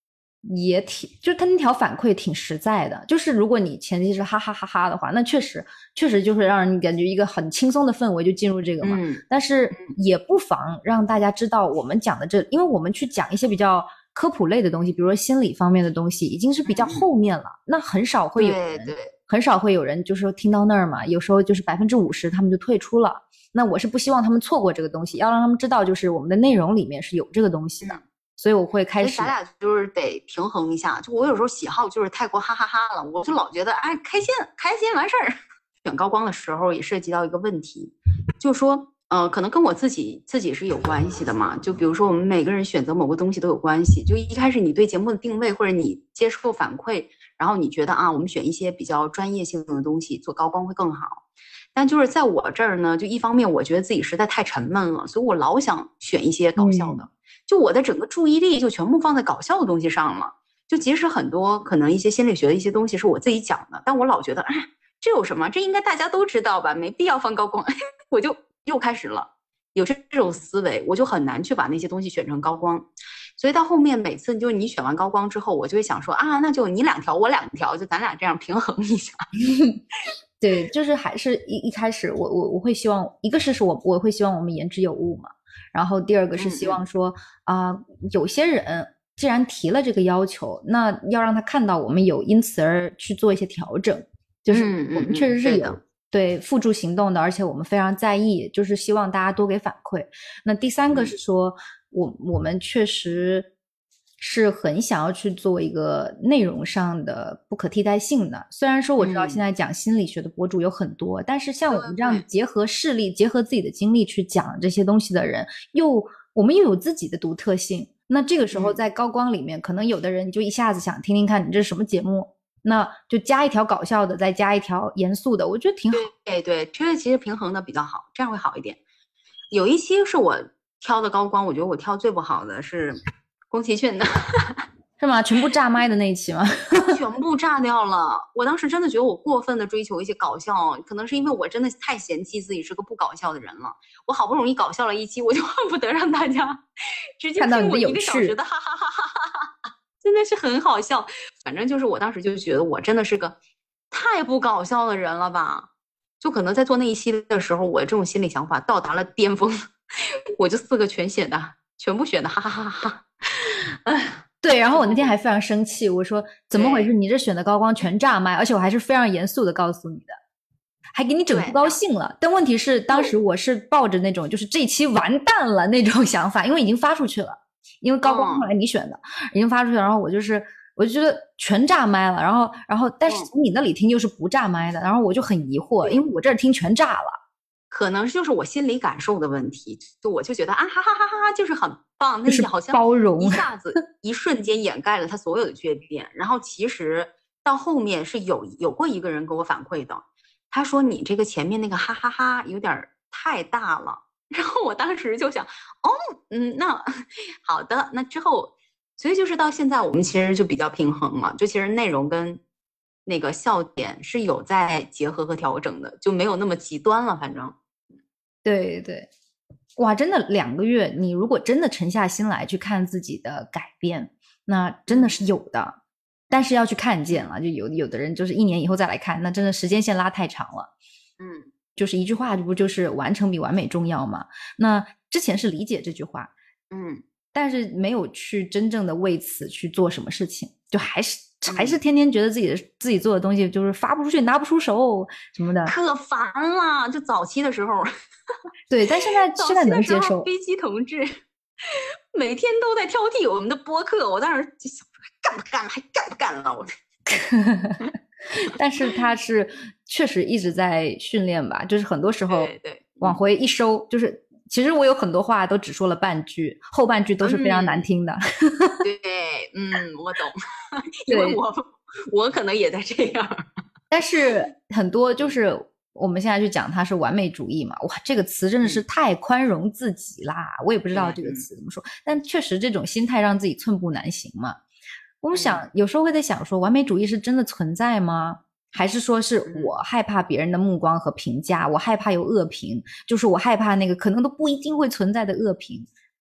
也挺，就是他那条反馈挺实在的。就是如果你前期是哈哈哈哈的话，那确实确实就是让人感觉一个很轻松的氛围就进入这个嘛。 嗯， 但是也不妨让大家知道我们讲的这，因为我们去讲一些比较科普类的东西，比如说心理方面的东西，已经是比较后面了，那很少会有人， 对对， 很少会有人就是说听到那儿嘛，有时候就是百分之五十他们就退出了。那我是不希望他们错过这个东西，要让他们知道就是我们的内容里面是有这个东西的。 嗯， 所以我会开始， 咱俩就是得平衡一下。就我有时候喜好就是太过哈哈哈了，我就老觉得哎开心开心完事儿。选高光的时候也涉及到一个问题，就是说呃可能跟我自己自己是有关系的嘛。就比如说我们每个人选择某个东西都有关系。就一开始你对节目的定位或者你接受反馈，然后你觉得啊我们选一些比较专业性的东西做高光会更好。但就是在我这儿呢，就一方面我觉得自己实在太沉闷了，所以我老想选一些搞笑的。嗯，就我的整个注意力就全部放在搞笑的东西上了。就即使很多可能一些心理学的一些东西是我自己讲的，但我老觉得哎这有什么，这应该大家都知道吧，没必要放高光。我就又开始了有这种思维，我就很难去把那些东西选成高光。所以到后面每次就是你选完高光之后，我就会想说啊那就你两条我两条，就咱俩这样平衡一下。 对，就是还是一一开始我我我会希望，一个是是我我会希望我们言之有物嘛，然后第二个是希望说啊、嗯呃，有些人既然提了这个要求，那要让他看到我们有因此而去做一些调整，就是我们确实是有、嗯嗯、对付诸行动的，而且我们非常在意，就是希望大家多给反馈。那第三个是说、嗯、我我们确实是很想要去做一个内容上的不可替代性的。虽然说我知道现在讲心理学的博主有很多、嗯、但是像我们这样结合事例、结合自己的经历去讲这些东西的人，又我们又有自己的独特性。那这个时候在高光里面、嗯、可能有的人就一下子想听听看你这是什么节目，那就加一条搞笑的，再加一条严肃的，我觉得挺好。 对对，这个其实平衡的比较好，这样会好一点。有一期是我挑的高光，我觉得我挑最不好的是宫崎骏的。 是吗？全部炸麦的那一期吗？ 全部炸掉了。我当时真的觉得我过分的追求一些搞笑，可能是因为我真的太嫌弃自己是个不搞笑的人了。我好不容易搞笑了一期，我就恨不得让大家直接听我一个小时的哈哈哈哈哈哈，真的是很好笑。反正就是我当时就觉得我真的是个太不搞笑的人了吧。就可能在做那一期的时候，我这种心理想法到达了巅峰，我就四个全写的，全部选的哈哈哈哈。哎。 对，然后我那天还非常生气，我说怎么回事？你这选的高光全炸麦，而且我还是非常严肃的告诉你的，还给你整不高兴了。但问题是，当时我是抱着那种就是这期完蛋了那种想法，因为已经发出去了，因为高光后来你选的、嗯、已经发出去了，然后我就是我就觉得全炸麦了，然后然后但是从你那里听又是不炸麦的，然后我就很疑惑，因为我这儿听全炸了。 可能就是我心理感受的问题，就我就觉得啊哈哈哈哈，就是很棒，那些好像包容， 一下子一瞬间掩盖了他所有的缺点。然后其实到后面是有有过一个人给我反馈的，他说你这个前面那个哈哈哈有点太大了。然后我当时就想，哦，嗯，那好的，那之后，所以就是到现在我们其实就比较平衡了，就其实内容跟那个笑点是有在结合和调整的，就没有那么极端了，反正。 对对，哇，真的两个月，你如果真的沉下心来去看自己的改变，那真的是有的，但是要去看见了。就有有的人就是一年以后再来看，那真的时间线拉太长了。 嗯， 就是一句话，这不就是完成比完美重要吗？那之前是理解这句话， 嗯， 但是没有去真正的为此去做什么事情，就还是。还是天天觉得自己的自己做的东西就是发不出去，拿不出手什么的， 可烦了。就早期的时候， 对，但现在现在能接受。 飞机同志每天都在挑剔我们的播客，我当时就想干不干了，还干不干了我。 但是他是确实一直在训练吧，就是很多时候往回一收，对对就是其实我有很多话都只说了半句，后半句都是非常难听的。 嗯、对，嗯，我懂，因为我我可能也在这样。 但是很多就是我们现在去讲它是完美主义嘛，哇，这个词真的是太宽容自己啦，嗯、我也不知道这个词怎么说，嗯、但确实这种心态让自己寸步难行嘛。我们想、嗯、有时候会在想说，完美主义是真的存在吗？还是说是我害怕别人的目光和评价，我害怕有恶评，就是我害怕那个可能都不一定会存在的恶评，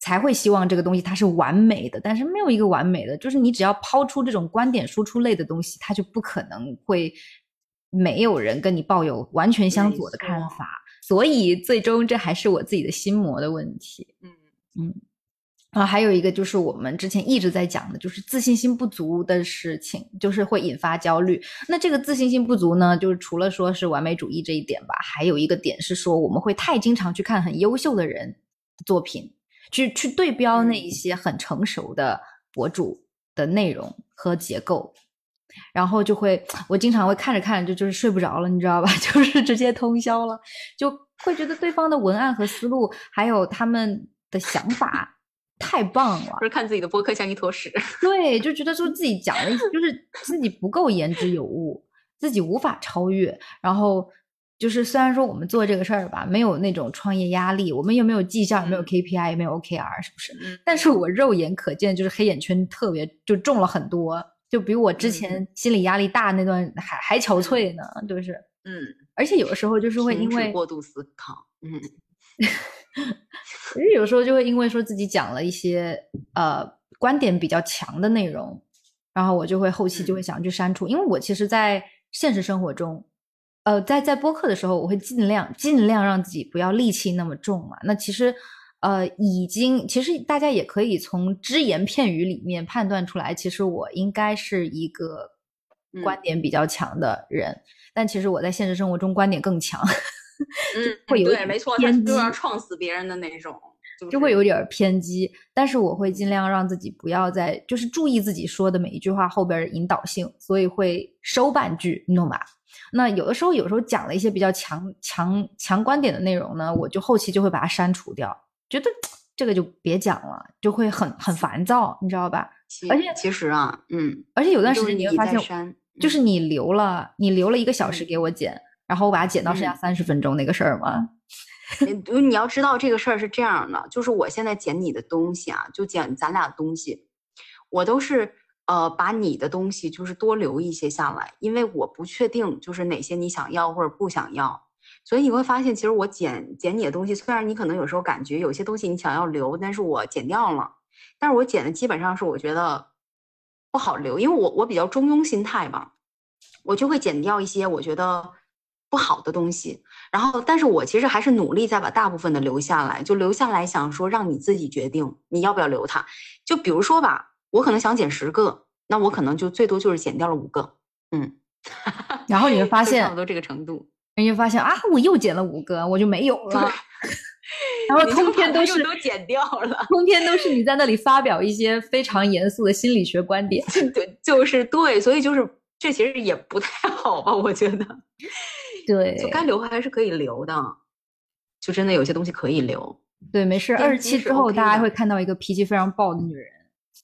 才会希望这个东西它是完美的，但是没有一个完美的，就是你只要抛出这种观点输出类的东西，它就不可能会没有人跟你抱有完全相左的看法，所以最终这还是我自己的心魔的问题。嗯嗯。啊，还有一个就是我们之前一直在讲的，就是自信心不足的事情，就是会引发焦虑。那这个自信心不足呢，就是除了说是完美主义这一点吧，还有一个点是说我们会太经常去看很优秀的人的作品，去去对标那一些很成熟的博主的内容和结构，然后就会我经常会看着看着就就是睡不着了，你知道吧？就是直接通宵了，就会觉得对方的文案和思路还有他们的想法太棒了， 不是看自己的播客像一坨屎。 对，就觉得说自己讲的就是自己不够言之有物，自己无法超越。然后就是虽然说我们做这个事儿吧，没有那种创业压力，我们又没有绩效，也没有 K P I，也没有 O K R， 是不是？嗯。但是我肉眼可见就是黑眼圈特别就重了很多，就比我之前心理压力大那段还还憔悴呢，就是。嗯。而且有的时候就是会因为过度思考，嗯。 其实有时候就会因为说自己讲了一些呃观点比较强的内容，然后我就会后期就会想去删除，因为我其实在现实生活中呃在在播客的时候我会尽量尽量让自己不要戾气那么重嘛。那其实呃已经其实大家也可以从只言片语里面判断出来，其实我应该是一个观点比较强的人，嗯，但其实我在现实生活中观点更强。 嗯，会有点对，没错，他就要撞死别人的那种，就是， 就会有点偏激。但是我会尽量让自己不要再，就是注意自己说的每一句话后边的引导性，所以会收半句，你懂吧？那有的时候，有时候讲了一些比较强强强观点的内容呢，我就后期就会把它删除掉，觉得这个就别讲了，就会很很烦躁，你知道吧？而且其实啊，嗯， 而且有段时间你会发现， 就就是你留了你留了一个小时给我剪。嗯，然后我把它剪到剩下三十分钟那个事儿吗？ 嗯，你要知道这个事儿是这样的，就是我现在剪你的东西啊，就剪咱俩的东西，我都是呃把你的东西就是多留一些下来，因为我不确定就是哪些你想要或者不想要，所以你会发现其实我剪剪你的东西，虽然你可能有时候感觉有些东西你想要留，但是我剪掉了，但是我剪的基本上是我觉得不好留，因为我我比较中庸心态吧，我就会剪掉一些我觉得不好的东西，然后但是我其实还是努力再把大部分的留下来，就留下来想说让你自己决定你要不要留它。就比如说吧，我可能想剪十个，那我可能就最多就是剪掉了五个，嗯， 然后你会发现差不多这个程度， 你就发现啊，我又剪了五个，我就没有了，然后通篇都是都剪掉了， 通篇都是你在那里发表一些非常严肃的心理学观点， 对，就是对，所以就是这其实也不太好吧，我觉得。 对， 就该留还是可以留的，就真的有些东西可以留。 对，没事，二十期之后大家会看到一个脾气非常暴的女人。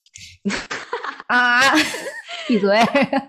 啊，闭嘴！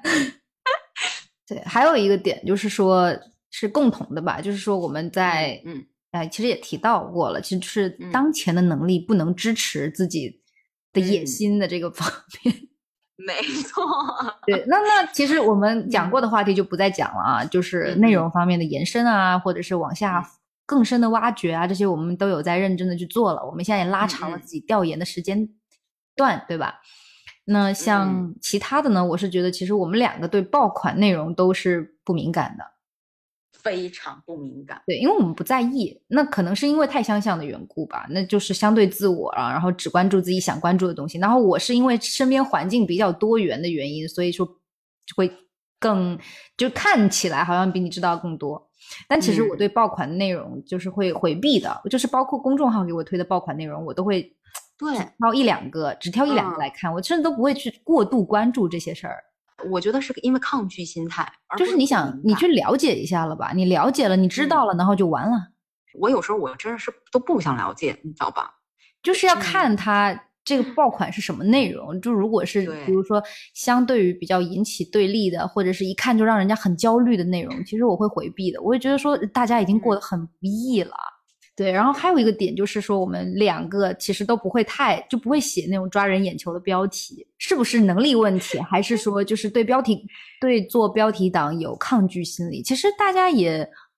对，还有一个点就是说，是共同的吧，就是说我们在嗯，哎，其实也提到过了，其实是当前的能力不能支持自己的野心的这个方面。嗯没错， 对，那那其实我们讲过的话题就不再讲了啊，就是内容方面的延伸啊，或者是往下更深的挖掘啊，这些我们都有在认真的去做了。我们现在也拉长了自己调研的时间段，对吧？那像其他的呢，我是觉得其实我们两个对爆款内容都是不敏感的。 非常不敏感， 对，因为我们不在意，那可能是因为太相像的缘故吧，那就是相对自我啊，然后只关注自己想关注的东西。然后我是因为身边环境比较多元的原因，所以说会更就看起来好像比你知道更多，但其实我对爆款内容就是会回避的，嗯、就是包括公众号给我推的爆款内容，我都会对挑一两个，只挑一两个来看，嗯、我甚至都不会去过度关注这些事儿。 我觉得是因为抗拒心态， 就是你想你去了解一下了吧，你了解了你知道了、嗯、然后就完了。 我有时候我真的是都不想了解，你知道吧， 就是要看它这个爆款是什么内容、嗯、就如果是比如说相对于比较引起对立的，或者是一看就让人家很焦虑的内容，其实我会回避的，我会觉得说大家已经过得很不易了、嗯、对。然后还有一个点就是说我们两个其实都不会太就不会写那种抓人眼球的标题，是不是能力问题，还是说就是对标题对做标题党有抗拒心理，其实大家也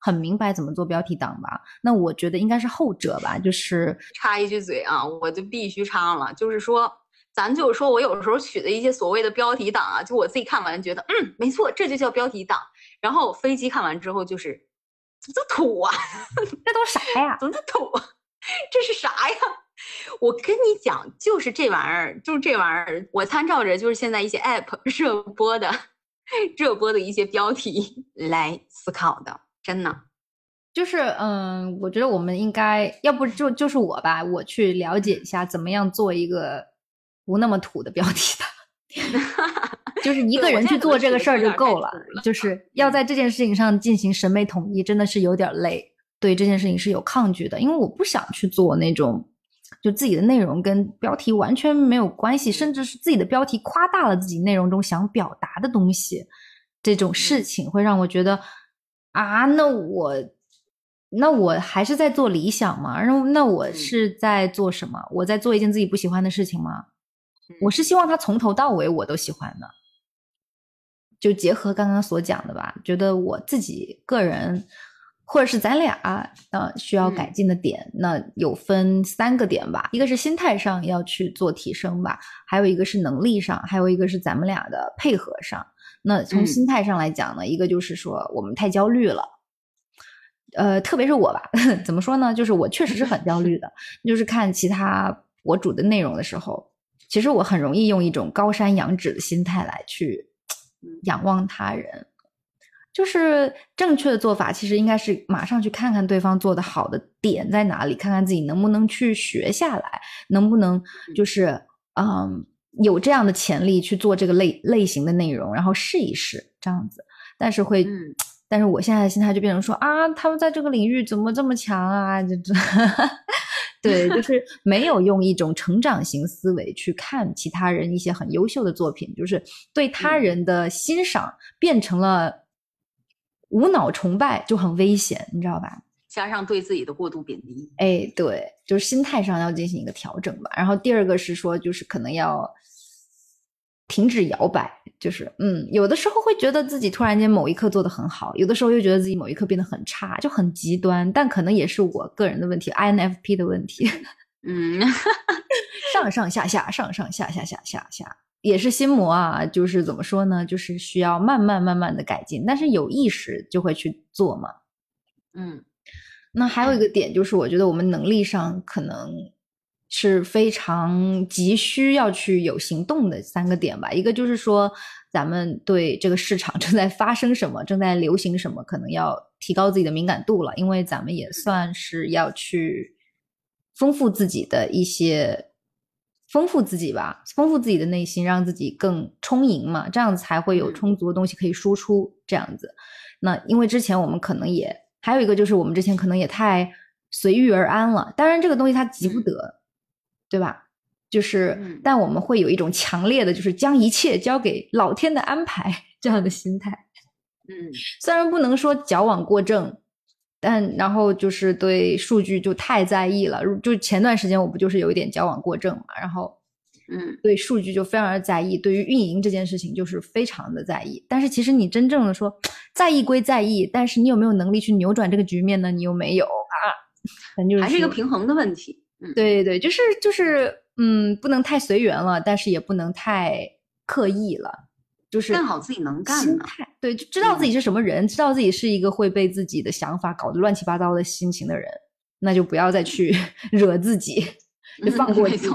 很明白怎么做标题党吧？那我觉得应该是后者吧，就是插一句嘴啊，我就必须插了，就是说，咱就是说我有时候取的一些所谓的标题党啊，就我自己看完觉得，嗯，没错，这就叫标题党。然后飞机看完之后就是，怎么这么土啊？ 这都啥呀？ 怎么这土啊？这是啥呀？我跟你讲，就是这玩意儿，就是这玩意儿，我参照着就是现在一些 app 热播的。热播的一些标题来思考的，真的就是嗯，我觉得我们应该要不就就是我吧，我去了解一下怎么样做一个不那么土的标题的，就是一个人去做这个事儿就够了，就是要在这件事情上进行审美统一，真的是有点累，对这件事情是有抗拒的，因为我不想去做那种就自己的内容跟标题完全没有关系，甚至是自己的标题夸大了自己内容中想表达的东西，这种事情会让我觉得啊，那我那我还是在做理想吗？然后那我是在做什么？我在做一件自己不喜欢的事情吗？我是希望他从头到尾我都喜欢的。就结合刚刚所讲的吧，觉得我自己个人或者是咱俩呃需要改进的点、嗯、那有分三个点吧，一个是心态上要去做提升吧，还有一个是能力上，还有一个是咱们俩的配合上。那从心态上来讲呢、嗯、一个就是说我们太焦虑了，呃特别是我吧怎么说呢，就是我确实是很焦虑的就是看其他博主的内容的时候，其实我很容易用一种高山仰止的心态来去仰望他人，就是正确的做法其实应该是马上去看看对方做的好的点在哪里，看看自己能不能去学下来，能不能就是嗯有这样的潜力去做这个类类型的内容，然后试一试这样子。但是会、嗯、但是我现在的心态就变成说啊他们在这个领域怎么这么强啊就对，就是没有用一种成长型思维去看其他人一些很优秀的作品，就是对他人的欣赏变成了无脑崇拜，就很危险，你知道吧？ 加上对自己的过度贬低。 哎，对，就是心态上要进行一个调整吧。然后第二个是说，就是可能要停止摇摆，就是嗯，有的时候会觉得自己突然间某一刻做得很好，有的时候又觉得自己某一刻变得很差，就很极端，但可能也是我个人的问题 I N F P 的问题。 嗯， 上上下下上上下下下下下也是心魔啊，就是怎么说呢，就是需要慢慢慢慢的改进，但是有意识就会去做嘛。 嗯， 那还有一个点就是我觉得我们能力上可能是非常急需要去有行动的三个点吧。一个就是说咱们对这个市场正在发生什么，正在流行什么，可能要提高自己的敏感度了，因为咱们也算是要去丰富自己的一些丰富自己吧，丰富自己的内心，让自己更充盈嘛，这样子才会有充足的东西可以输出这样子。那因为之前我们可能也还有一个就是我们之前可能也太随遇而安了，当然这个东西它急不得、嗯、对吧，就是、嗯、但我们会有一种强烈的就是将一切交给老天的安排这样的心态。 嗯， 虽然不能说矫枉过正，但然后就是对数据就太在意了，就前段时间我不就是有一点矫枉过正嘛，然后嗯， 对数据就非常的在意，对于运营这件事情就是非常的在意。但是其实你真正的说在意归在意，但是你有没有能力去扭转这个局面呢？你又没有啊，反正就是还是一个平衡的问题。嗯， 对对，就是就是嗯，不能太随缘了，但是也不能太刻意了。就是干好自己能干的心态，对，就知道自己是什么人、嗯、知道自己是一个会被自己的想法搞得乱七八糟的心情的人，那就不要再去惹自己，就放过自己、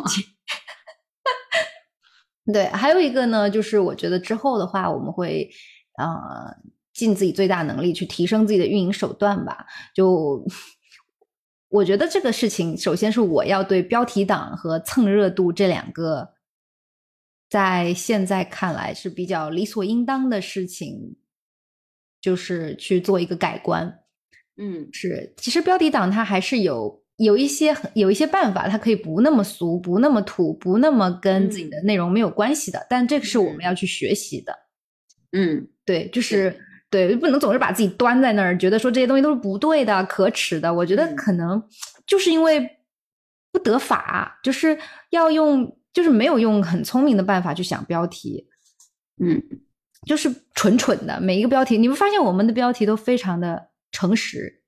嗯、对，还有一个呢就是我觉得之后的话我们会呃尽自己最大能力去提升自己的运营手段吧。就我觉得这个事情首先是我要对标题党和蹭热度这两个在现在看来是比较理所应当的事情，就是去做一个改观。 嗯， 是，其实标题党它还是有有一些有一些办法，它可以不那么俗，不那么土，不那么跟自己的内容没有关系的、嗯、但这个是我们要去学习的。 嗯， 对，就是对，不能总是把自己端在那儿，觉得说这些东西都是不对的、可耻的。我觉得可能就是因为不得法，就是要用就是没有用很聪明的办法去想标题， 嗯， 就是蠢蠢的每一个标题，你会发现我们的标题都非常的诚实，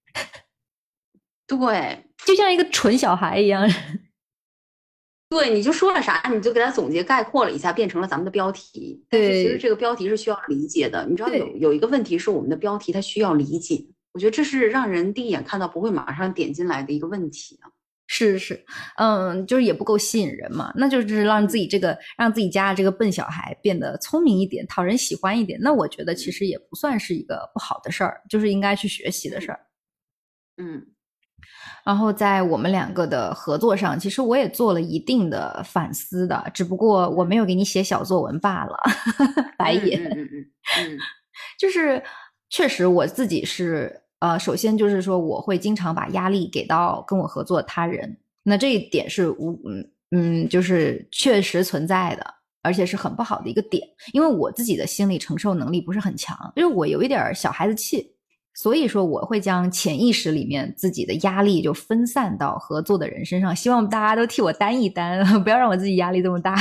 对， 就像一个蠢小孩一样。 对，你就说了啥，你就给他总结概括了一下，变成了咱们的标题。但是其实这个标题是需要理解的。你知道有有一个问题是我们的标题它需要理解，我觉得这是让人第一眼看到不会马上点进来的一个问题啊。 是是，嗯，就是也不够吸引人嘛，那就是让自己这个让自己家的这个笨小孩变得聪明一点，讨人喜欢一点。那我觉得其实也不算是一个不好的事儿，就是应该去学习的事儿。 嗯。 然后在我们两个的合作上，其实我也做了一定的反思的，只不过我没有给你写小作文罢了。白眼。 嗯嗯嗯嗯， 就是确实我自己是呃，首先就是说我会经常把压力给到跟我合作的他人，那这一点是无嗯嗯，就是确实存在的，而且是很不好的一个点，因为我自己的心理承受能力不是很强，就是我有一点小孩子气。所以说我会将潜意识里面自己的压力就分散到合作的人身上，希望大家都替我担一担，不要让我自己压力这么大。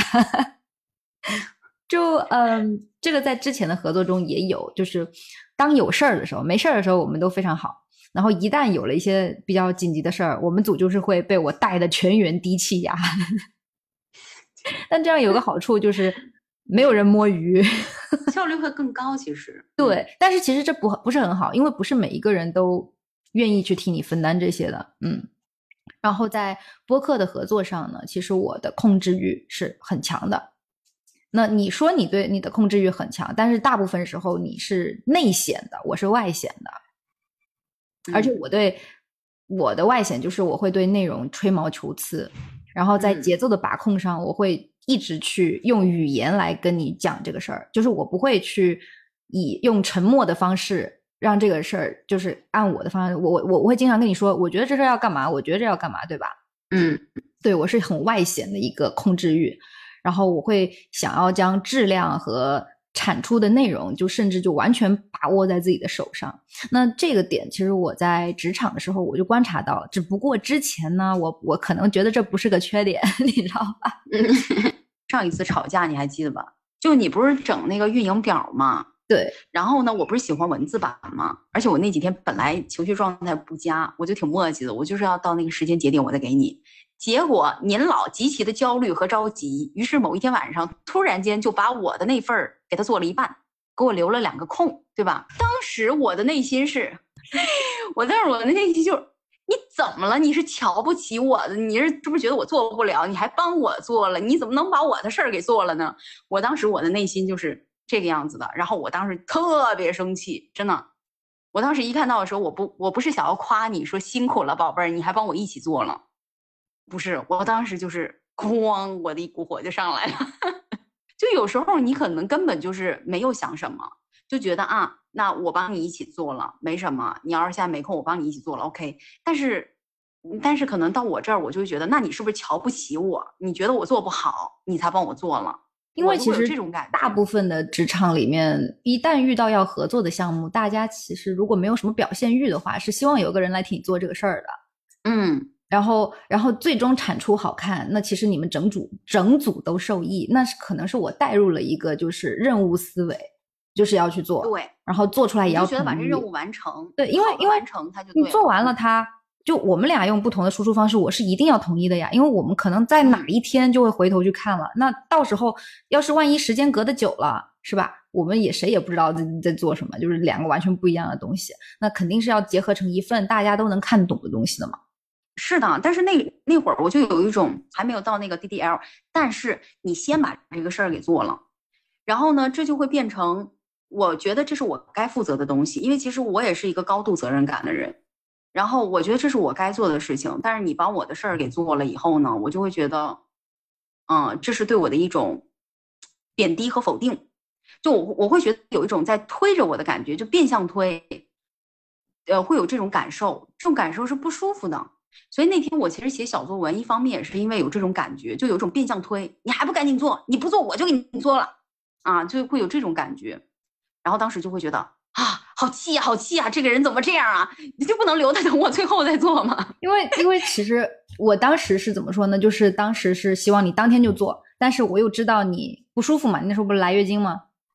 就嗯，这个在之前的合作中也有，就是当有事儿的时候，没事儿的时候我们都非常好，然后一旦有了一些比较紧急的事儿，我们组就是会被我带的全员低气压。但这样有个好处就是没有人摸鱼。 效率会更高其实。 对，但是其实这不不是很好，因为不是每一个人都愿意去替你分担这些的。嗯，然后在播客的合作上呢，其实我的控制欲是很强的。那你说你对你的控制欲很强，但是大部分时候你是内显的，我是外显的。而且我对我的外显就是我会对内容吹毛求疵，然后在节奏的把控上我会一直去用语言来跟你讲这个事儿，就是我不会去以用沉默的方式让这个事儿就是按我的方式，我我我会经常跟你说我觉得这事儿要干嘛，我觉得这要干嘛，对吧？ 嗯， 对，我是很外显的一个控制欲，然后我会想要将质量和产出的内容就甚至就完全把握在自己的手上。那这个点其实我在职场的时候我就观察到，只不过之前呢我我可能觉得这不是个缺点，你知道吧？ 上一次吵架你还记得吧？就你不是整那个运营表吗？ 对， 然后呢我不是喜欢文字版吗？而且我那几天本来情绪状态不佳，我就挺磨叽的，我就是要到那个时间节点我再给你。结果您老极其的焦虑和着急，于是某一天晚上突然间就把我的那份儿给他做了一半，给我留了两个空，对吧？当时我的内心是，我当时我的内心就是你怎么了？你是瞧不起我的？你是是不是觉得我做不了？你还帮我做了？你怎么能把我的事儿给做了呢？我当时我的内心就是这个样子的，然后我当时特别生气，真的。我当时一看到的时候，我不我不是想要夸你说辛苦了，宝贝儿，你还帮我一起做了。不是，我当时就是哐，我的一股火就上来了。就有时候你可能根本就是没有想什么，就觉得啊，那我帮你一起做了，没什么。你要是现在没空，我帮你一起做了 ，OK。但是，但是可能到我这儿，我就会觉得，那你是不是瞧不起我？你觉得我做不好，你才帮我做了。 因为其实这种感觉， 大部分的职场里面，一旦遇到要合作的项目，大家其实如果没有什么表现欲的话，是希望有个人来替你做这个事儿的。 嗯。 然后，然后最终产出好看，那其实你们整组整组都受益。那是可能是我带入了一个就是任务思维，就是要去做， 对， 然后做出来也要觉得把这任务完成。 对，因为因为完成它就对你做完了它，就我们俩用不同的输出方式，我是一定要统一的呀，因为我们可能在哪一天就会回头去看了。那到时候要是万一时间隔得久了，是吧？我们也谁也不知道在在做什么，就是两个完全不一样的东西，那肯定是要结合成一份大家都能看懂的东西的嘛。 是的，但是那那会儿我就有一种还没有到那个 D D L， 但是你先把这个事儿给做了，然后呢，这就会变成我觉得这是我该负责的东西，因为其实我也是一个高度责任感的人，然后我觉得这是我该做的事情，但是你把我的事儿给做了以后呢，我就会觉得，嗯，这是对我的一种贬低和否定，就我我会觉得有一种在推着我的感觉，就变相推，呃，会有这种感受，这种感受是不舒服的。所以那天我其实写小作文，一方面也是因为有这种感觉，就有一种变相推，你还不赶紧做，你不做我就给你做了，啊，就会有这种感觉。然后当时就会觉得啊，好气呀，好气呀，这个人怎么这样啊？你就不能留他等我最后再做吗？ 因为因为其实我当时是怎么说呢？就是当时是希望你当天就做，但是我又知道你不舒服嘛，你那时候不是来月经吗？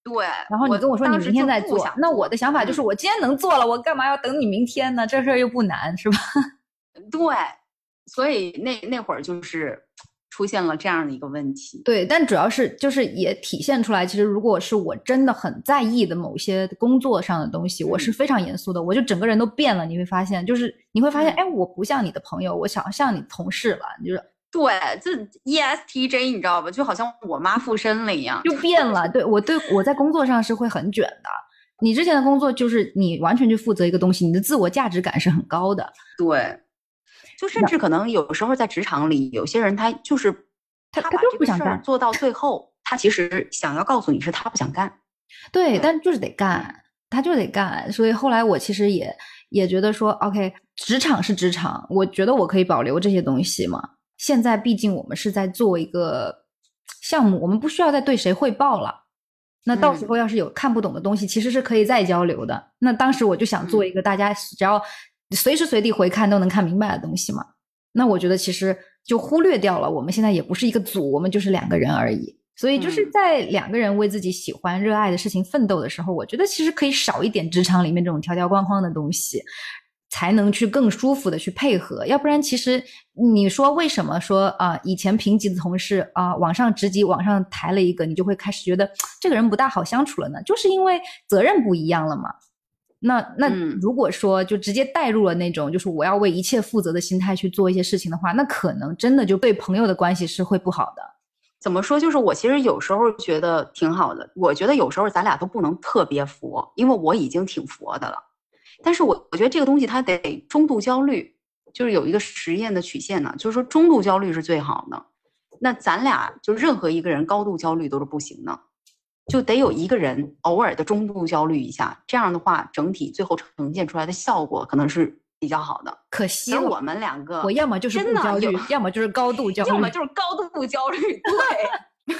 对， 然后你跟我说你明天再做， 做那我的想法就是嗯、 我今天能做了，我干嘛要等你明天呢？这事儿又不难，是吧？ 对，所以那那会儿就是出现了这样的一个问题。 对，但主要是就是也体现出来，其实如果是我真的很在意的某些工作上的东西，嗯、我是非常严肃的，我就整个人都变了。你会发现，就是你会发现，嗯、哎，我不像你的朋友，我想像你同事了，就是对，这 E S T J 你知道吧？就好像我妈附身了一样， 就变了。对我对我在工作上是会很卷的。你之前的工作就是你完全去负责一个东西，你的自我价值感是很高的。 对。就甚至可能有时候在职场里，有些人他就是他他把这个事儿做到最后，他其实想要告诉你是他不想干， 对，但就是得干，他就得干。所以后来我其实也也觉得说 ，OK， 职场是职场，我觉得我可以保留这些东西嘛。现在毕竟我们是在做一个项目，我们不需要再对谁汇报了。那到时候要是有看不懂的东西，嗯、其实是可以再交流的。那当时我就想做一个大家只要随时随地回看都能看明白的东西嘛。那我觉得其实就忽略掉了，我们现在也不是一个组，我们就是两个人而已。所以就是在两个人为自己喜欢、热爱的事情奋斗的时候，我觉得其实可以少一点职场里面这种条条框框的东西，才能去更舒服的去配合。要不然其实你说为什么说啊、呃，以前平级的同事啊、呃，往上职级往上抬了一个，你就会开始觉得这个人不大好相处了呢？就是因为责任不一样了嘛。那那如果说就直接带入了那种就是我要为一切负责的心态去做一些事情的话，那可能真的就对朋友的关系是会不好的。 怎么说，就是我其实有时候觉得挺好的，我觉得有时候咱俩都不能特别佛，因为我已经挺佛的了，但是我我觉得这个东西它得中度焦虑，就是有一个实验的曲线呢，就是说中度焦虑是最好的。那咱俩就任何一个人高度焦虑都是不行的，就得有一个人偶尔的中度焦虑一下，这样的话整体最后呈现出来的效果可能是比较好的。 可惜了， 我们两个我要么就是不焦虑，要么就是高度焦虑， 要么就是高度焦虑。对。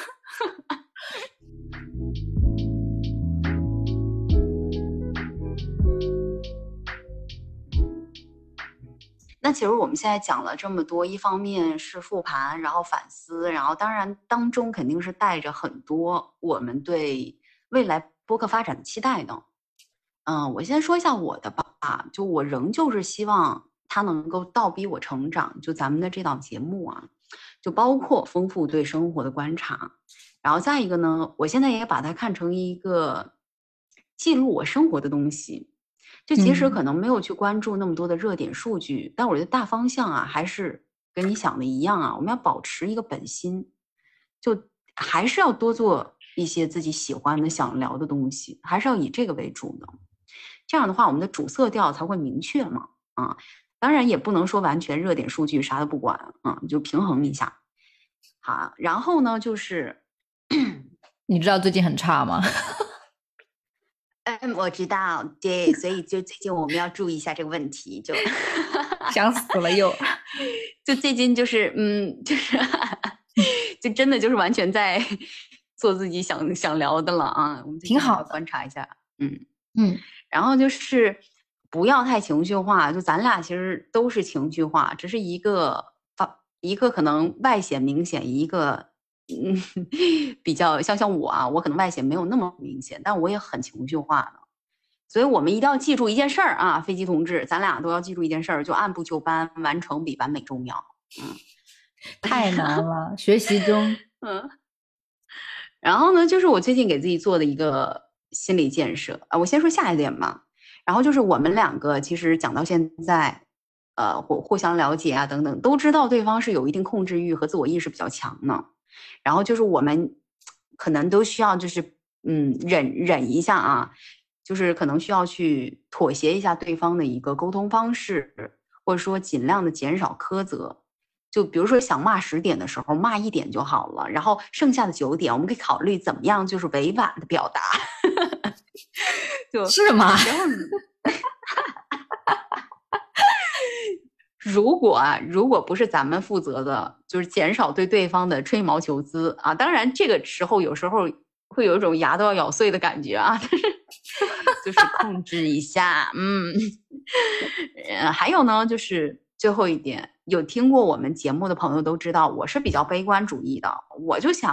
那其实我们现在讲了这么多，一方面是复盘，然后反思，然后当然当中肯定是带着很多我们对未来播客发展的期待的。嗯，我先说一下我的吧，就我仍旧是希望它能够倒逼我成长，就咱们的这档节目啊，就包括丰富对生活的观察，然后再一个呢，我现在也把它看成一个记录我生活的东西。就即使可能没有去关注那么多的热点数据，嗯、但我觉得大方向啊，还是跟你想的一样啊，我们要保持一个本心，就还是要多做一些自己喜欢的、想聊的东西，还是要以这个为主的。这样的话，我们的主色调才会明确嘛。啊，当然也不能说完全热点数据啥都不管啊，就平衡一下。好，然后呢，就是你知道最近很差吗？ 嗯，我知道，对，所以就最近我们要注意一下这个问题，就想死了又， 就最近就是嗯，就是就真的就是完全在做自己想想聊的了啊，我们挺好的， 观察一下，嗯嗯， 然后就是不要太情绪化，就咱俩其实都是情绪化，只是一个发一个可能外显明显，一个。嗯，比较像像我啊，我可能外显没有那么明显，但我也很情绪化的，所以我们一定要记住一件事儿啊，飞机同志，咱俩都要记住一件事儿，就按部就班，完成比完美重要。嗯， 太难了，学习中。 嗯，然后呢，就是我最近给自己做的一个心理建设啊，我先说下一点吧。然后就是我们两个其实讲到现在，呃，互互相了解啊等等，都知道对方是有一定控制欲和自我意识比较强的。然后就是我们可能都需要就是嗯忍忍一下啊，就是可能需要去妥协一下对方的一个沟通方式，或者说尽量的减少苛责。就比如说想骂十点的时候骂一点就好了，然后剩下的九点我们可以考虑怎么样就是委婉的表达。 就是吗？ 然后如果啊，如果不是咱们负责的，就是减少对对方的吹毛求疵啊。当然，这个时候有时候会有一种牙都要咬碎的感觉啊，但是就是控制一下。嗯，呃，还有呢，就是最后一点，有听过我们节目的朋友都知道，我是比较悲观主义的，我就想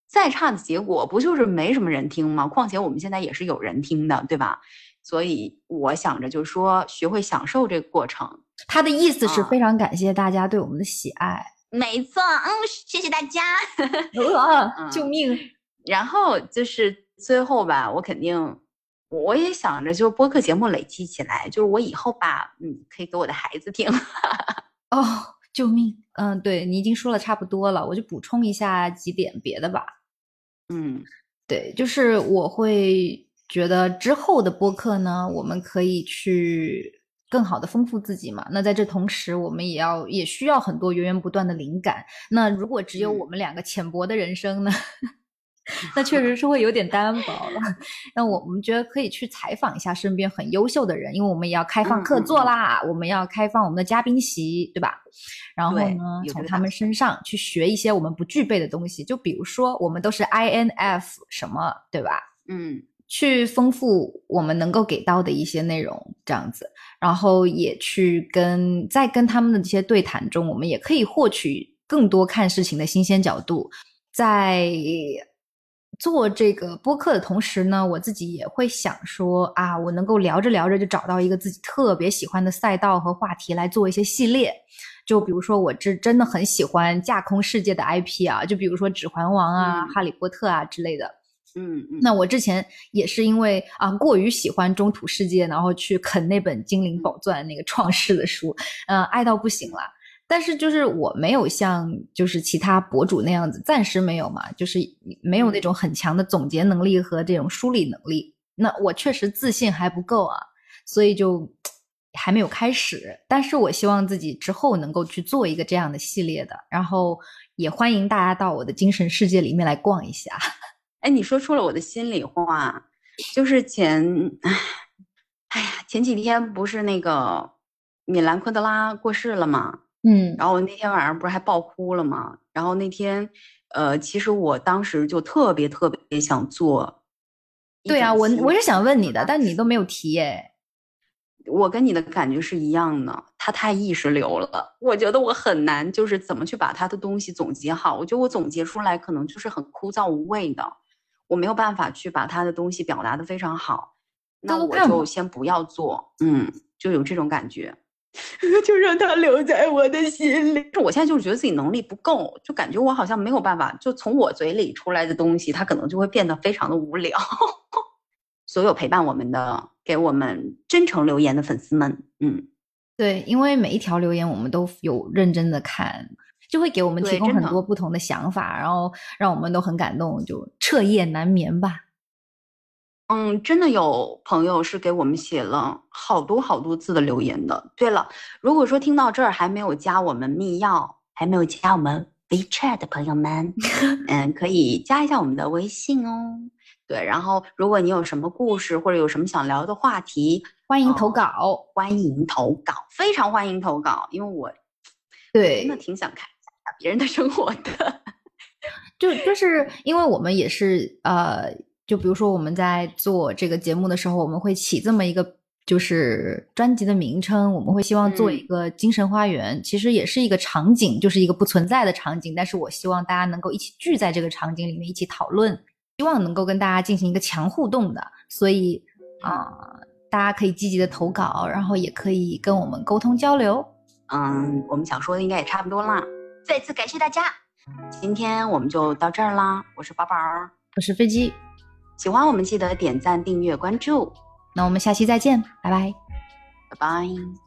再差的结果不就是没什么人听吗？况且我们现在也是有人听的，对吧？所以我想着就是说，学会享受这个过程。 他的意思是非常感谢大家对我们的喜爱。 没错，嗯，谢谢大家。 呃、救命！ 然后就是最后吧，我肯定，我也想着就是播客节目累积起来，就是我以后吧，嗯，可以给我的孩子听。 哦，救命！嗯，对，你已经说了差不多了，我就补充一下几点别的吧。 嗯， 对，就是我会觉得之后的播客呢，我们可以去更好的丰富自己嘛。那在这同时，我们也要也需要很多源源不断的灵感。那如果只有我们两个浅薄的人生呢，那确实是会有点单薄了。那我们觉得可以去采访一下身边很优秀的人，因为我们也要开放客座啦，嗯嗯嗯我们要开放我们的嘉宾席，对吧？然后呢，从他们身上去学一些我们不具备的东西，就比如说我们都是 I N F 什么，对吧？ 嗯， 去丰富我们能够给到的一些内容，这样子，然后也去跟在跟他们的这些对谈中，我们也可以获取更多看事情的新鲜角度。在做这个播客的同时呢，我自己也会想说啊，我能够聊着聊着就找到一个自己特别喜欢的赛道和话题来做一些系列。就比如说我这真的很喜欢架空世界的 I P 啊，就比如说指环王啊、嗯、哈利波特啊之类的。 嗯嗯， 那我之前也是因为啊过于喜欢中土世界，然后去啃那本精灵宝钻那个创世的书，呃，爱到不行了。但是就是我没有像就是其他博主那样子，暂时没有嘛，就是没有那种很强的总结能力和这种梳理能力。那我确实自信还不够啊，所以就还没有开始。但是我希望自己之后能够去做一个这样的系列的，然后也欢迎大家到我的精神世界里面来逛一下。 哎，你说出了我的心里话，就是前，哎呀，前几天不是那个米兰昆德拉过世了吗？ 嗯， 然后我那天晚上不是还爆哭了吗？然后那天，呃，其实我当时就特别特别想做。 对啊，我我是想问你的，但你都没有提耶。 我跟你的感觉是一样的，他太意识流了，我觉得我很难就是怎么去把他的东西总结好。我觉得我总结出来可能就是很枯燥无味的，我没有办法去把他的东西表达的非常好。那我就先不要做，嗯，就有这种感觉。就让他留在我的心里。我现在就是觉得自己能力不够，就感觉我好像没有办法，就从我嘴里出来的东西，它可能就会变得非常的无聊。所有陪伴我们的、给我们真诚留言的粉丝们，嗯， 对，因为每一条留言我们都有认真的看，就会给我们提供很多不同的想法，然后让我们都很感动，就彻夜难眠吧。 嗯，真的有朋友是给我们写了好多好多字的留言的。对了，如果说听到这儿还没有加我们密钥，还没有加我们 WeChat 的朋友们，嗯，可以加一下我们的微信哦。对，然后如果你有什么故事或者有什么想聊的话题， 欢迎投稿， 呃、欢迎投稿，非常欢迎投稿，因为我对真的挺想看一下别人的生活的。 就就是因为我们也是呃。就比如说我们在做这个节目的时候，我们会起这么一个就是专辑的名称，我们会希望做一个精神花园，嗯、其实也是一个场景，就是一个不存在的场景，但是我希望大家能够一起聚在这个场景里面一起讨论，希望能够跟大家进行一个强互动的，所以啊、呃，大家可以积极的投稿，然后也可以跟我们沟通交流。 嗯，我们想说的应该也差不多啦，再次感谢大家，今天我们就到这儿啦，我是宝宝， 我是飞机。 喜欢我们记得点赞、订阅、关注。 那我们下期再见，拜拜， 拜拜。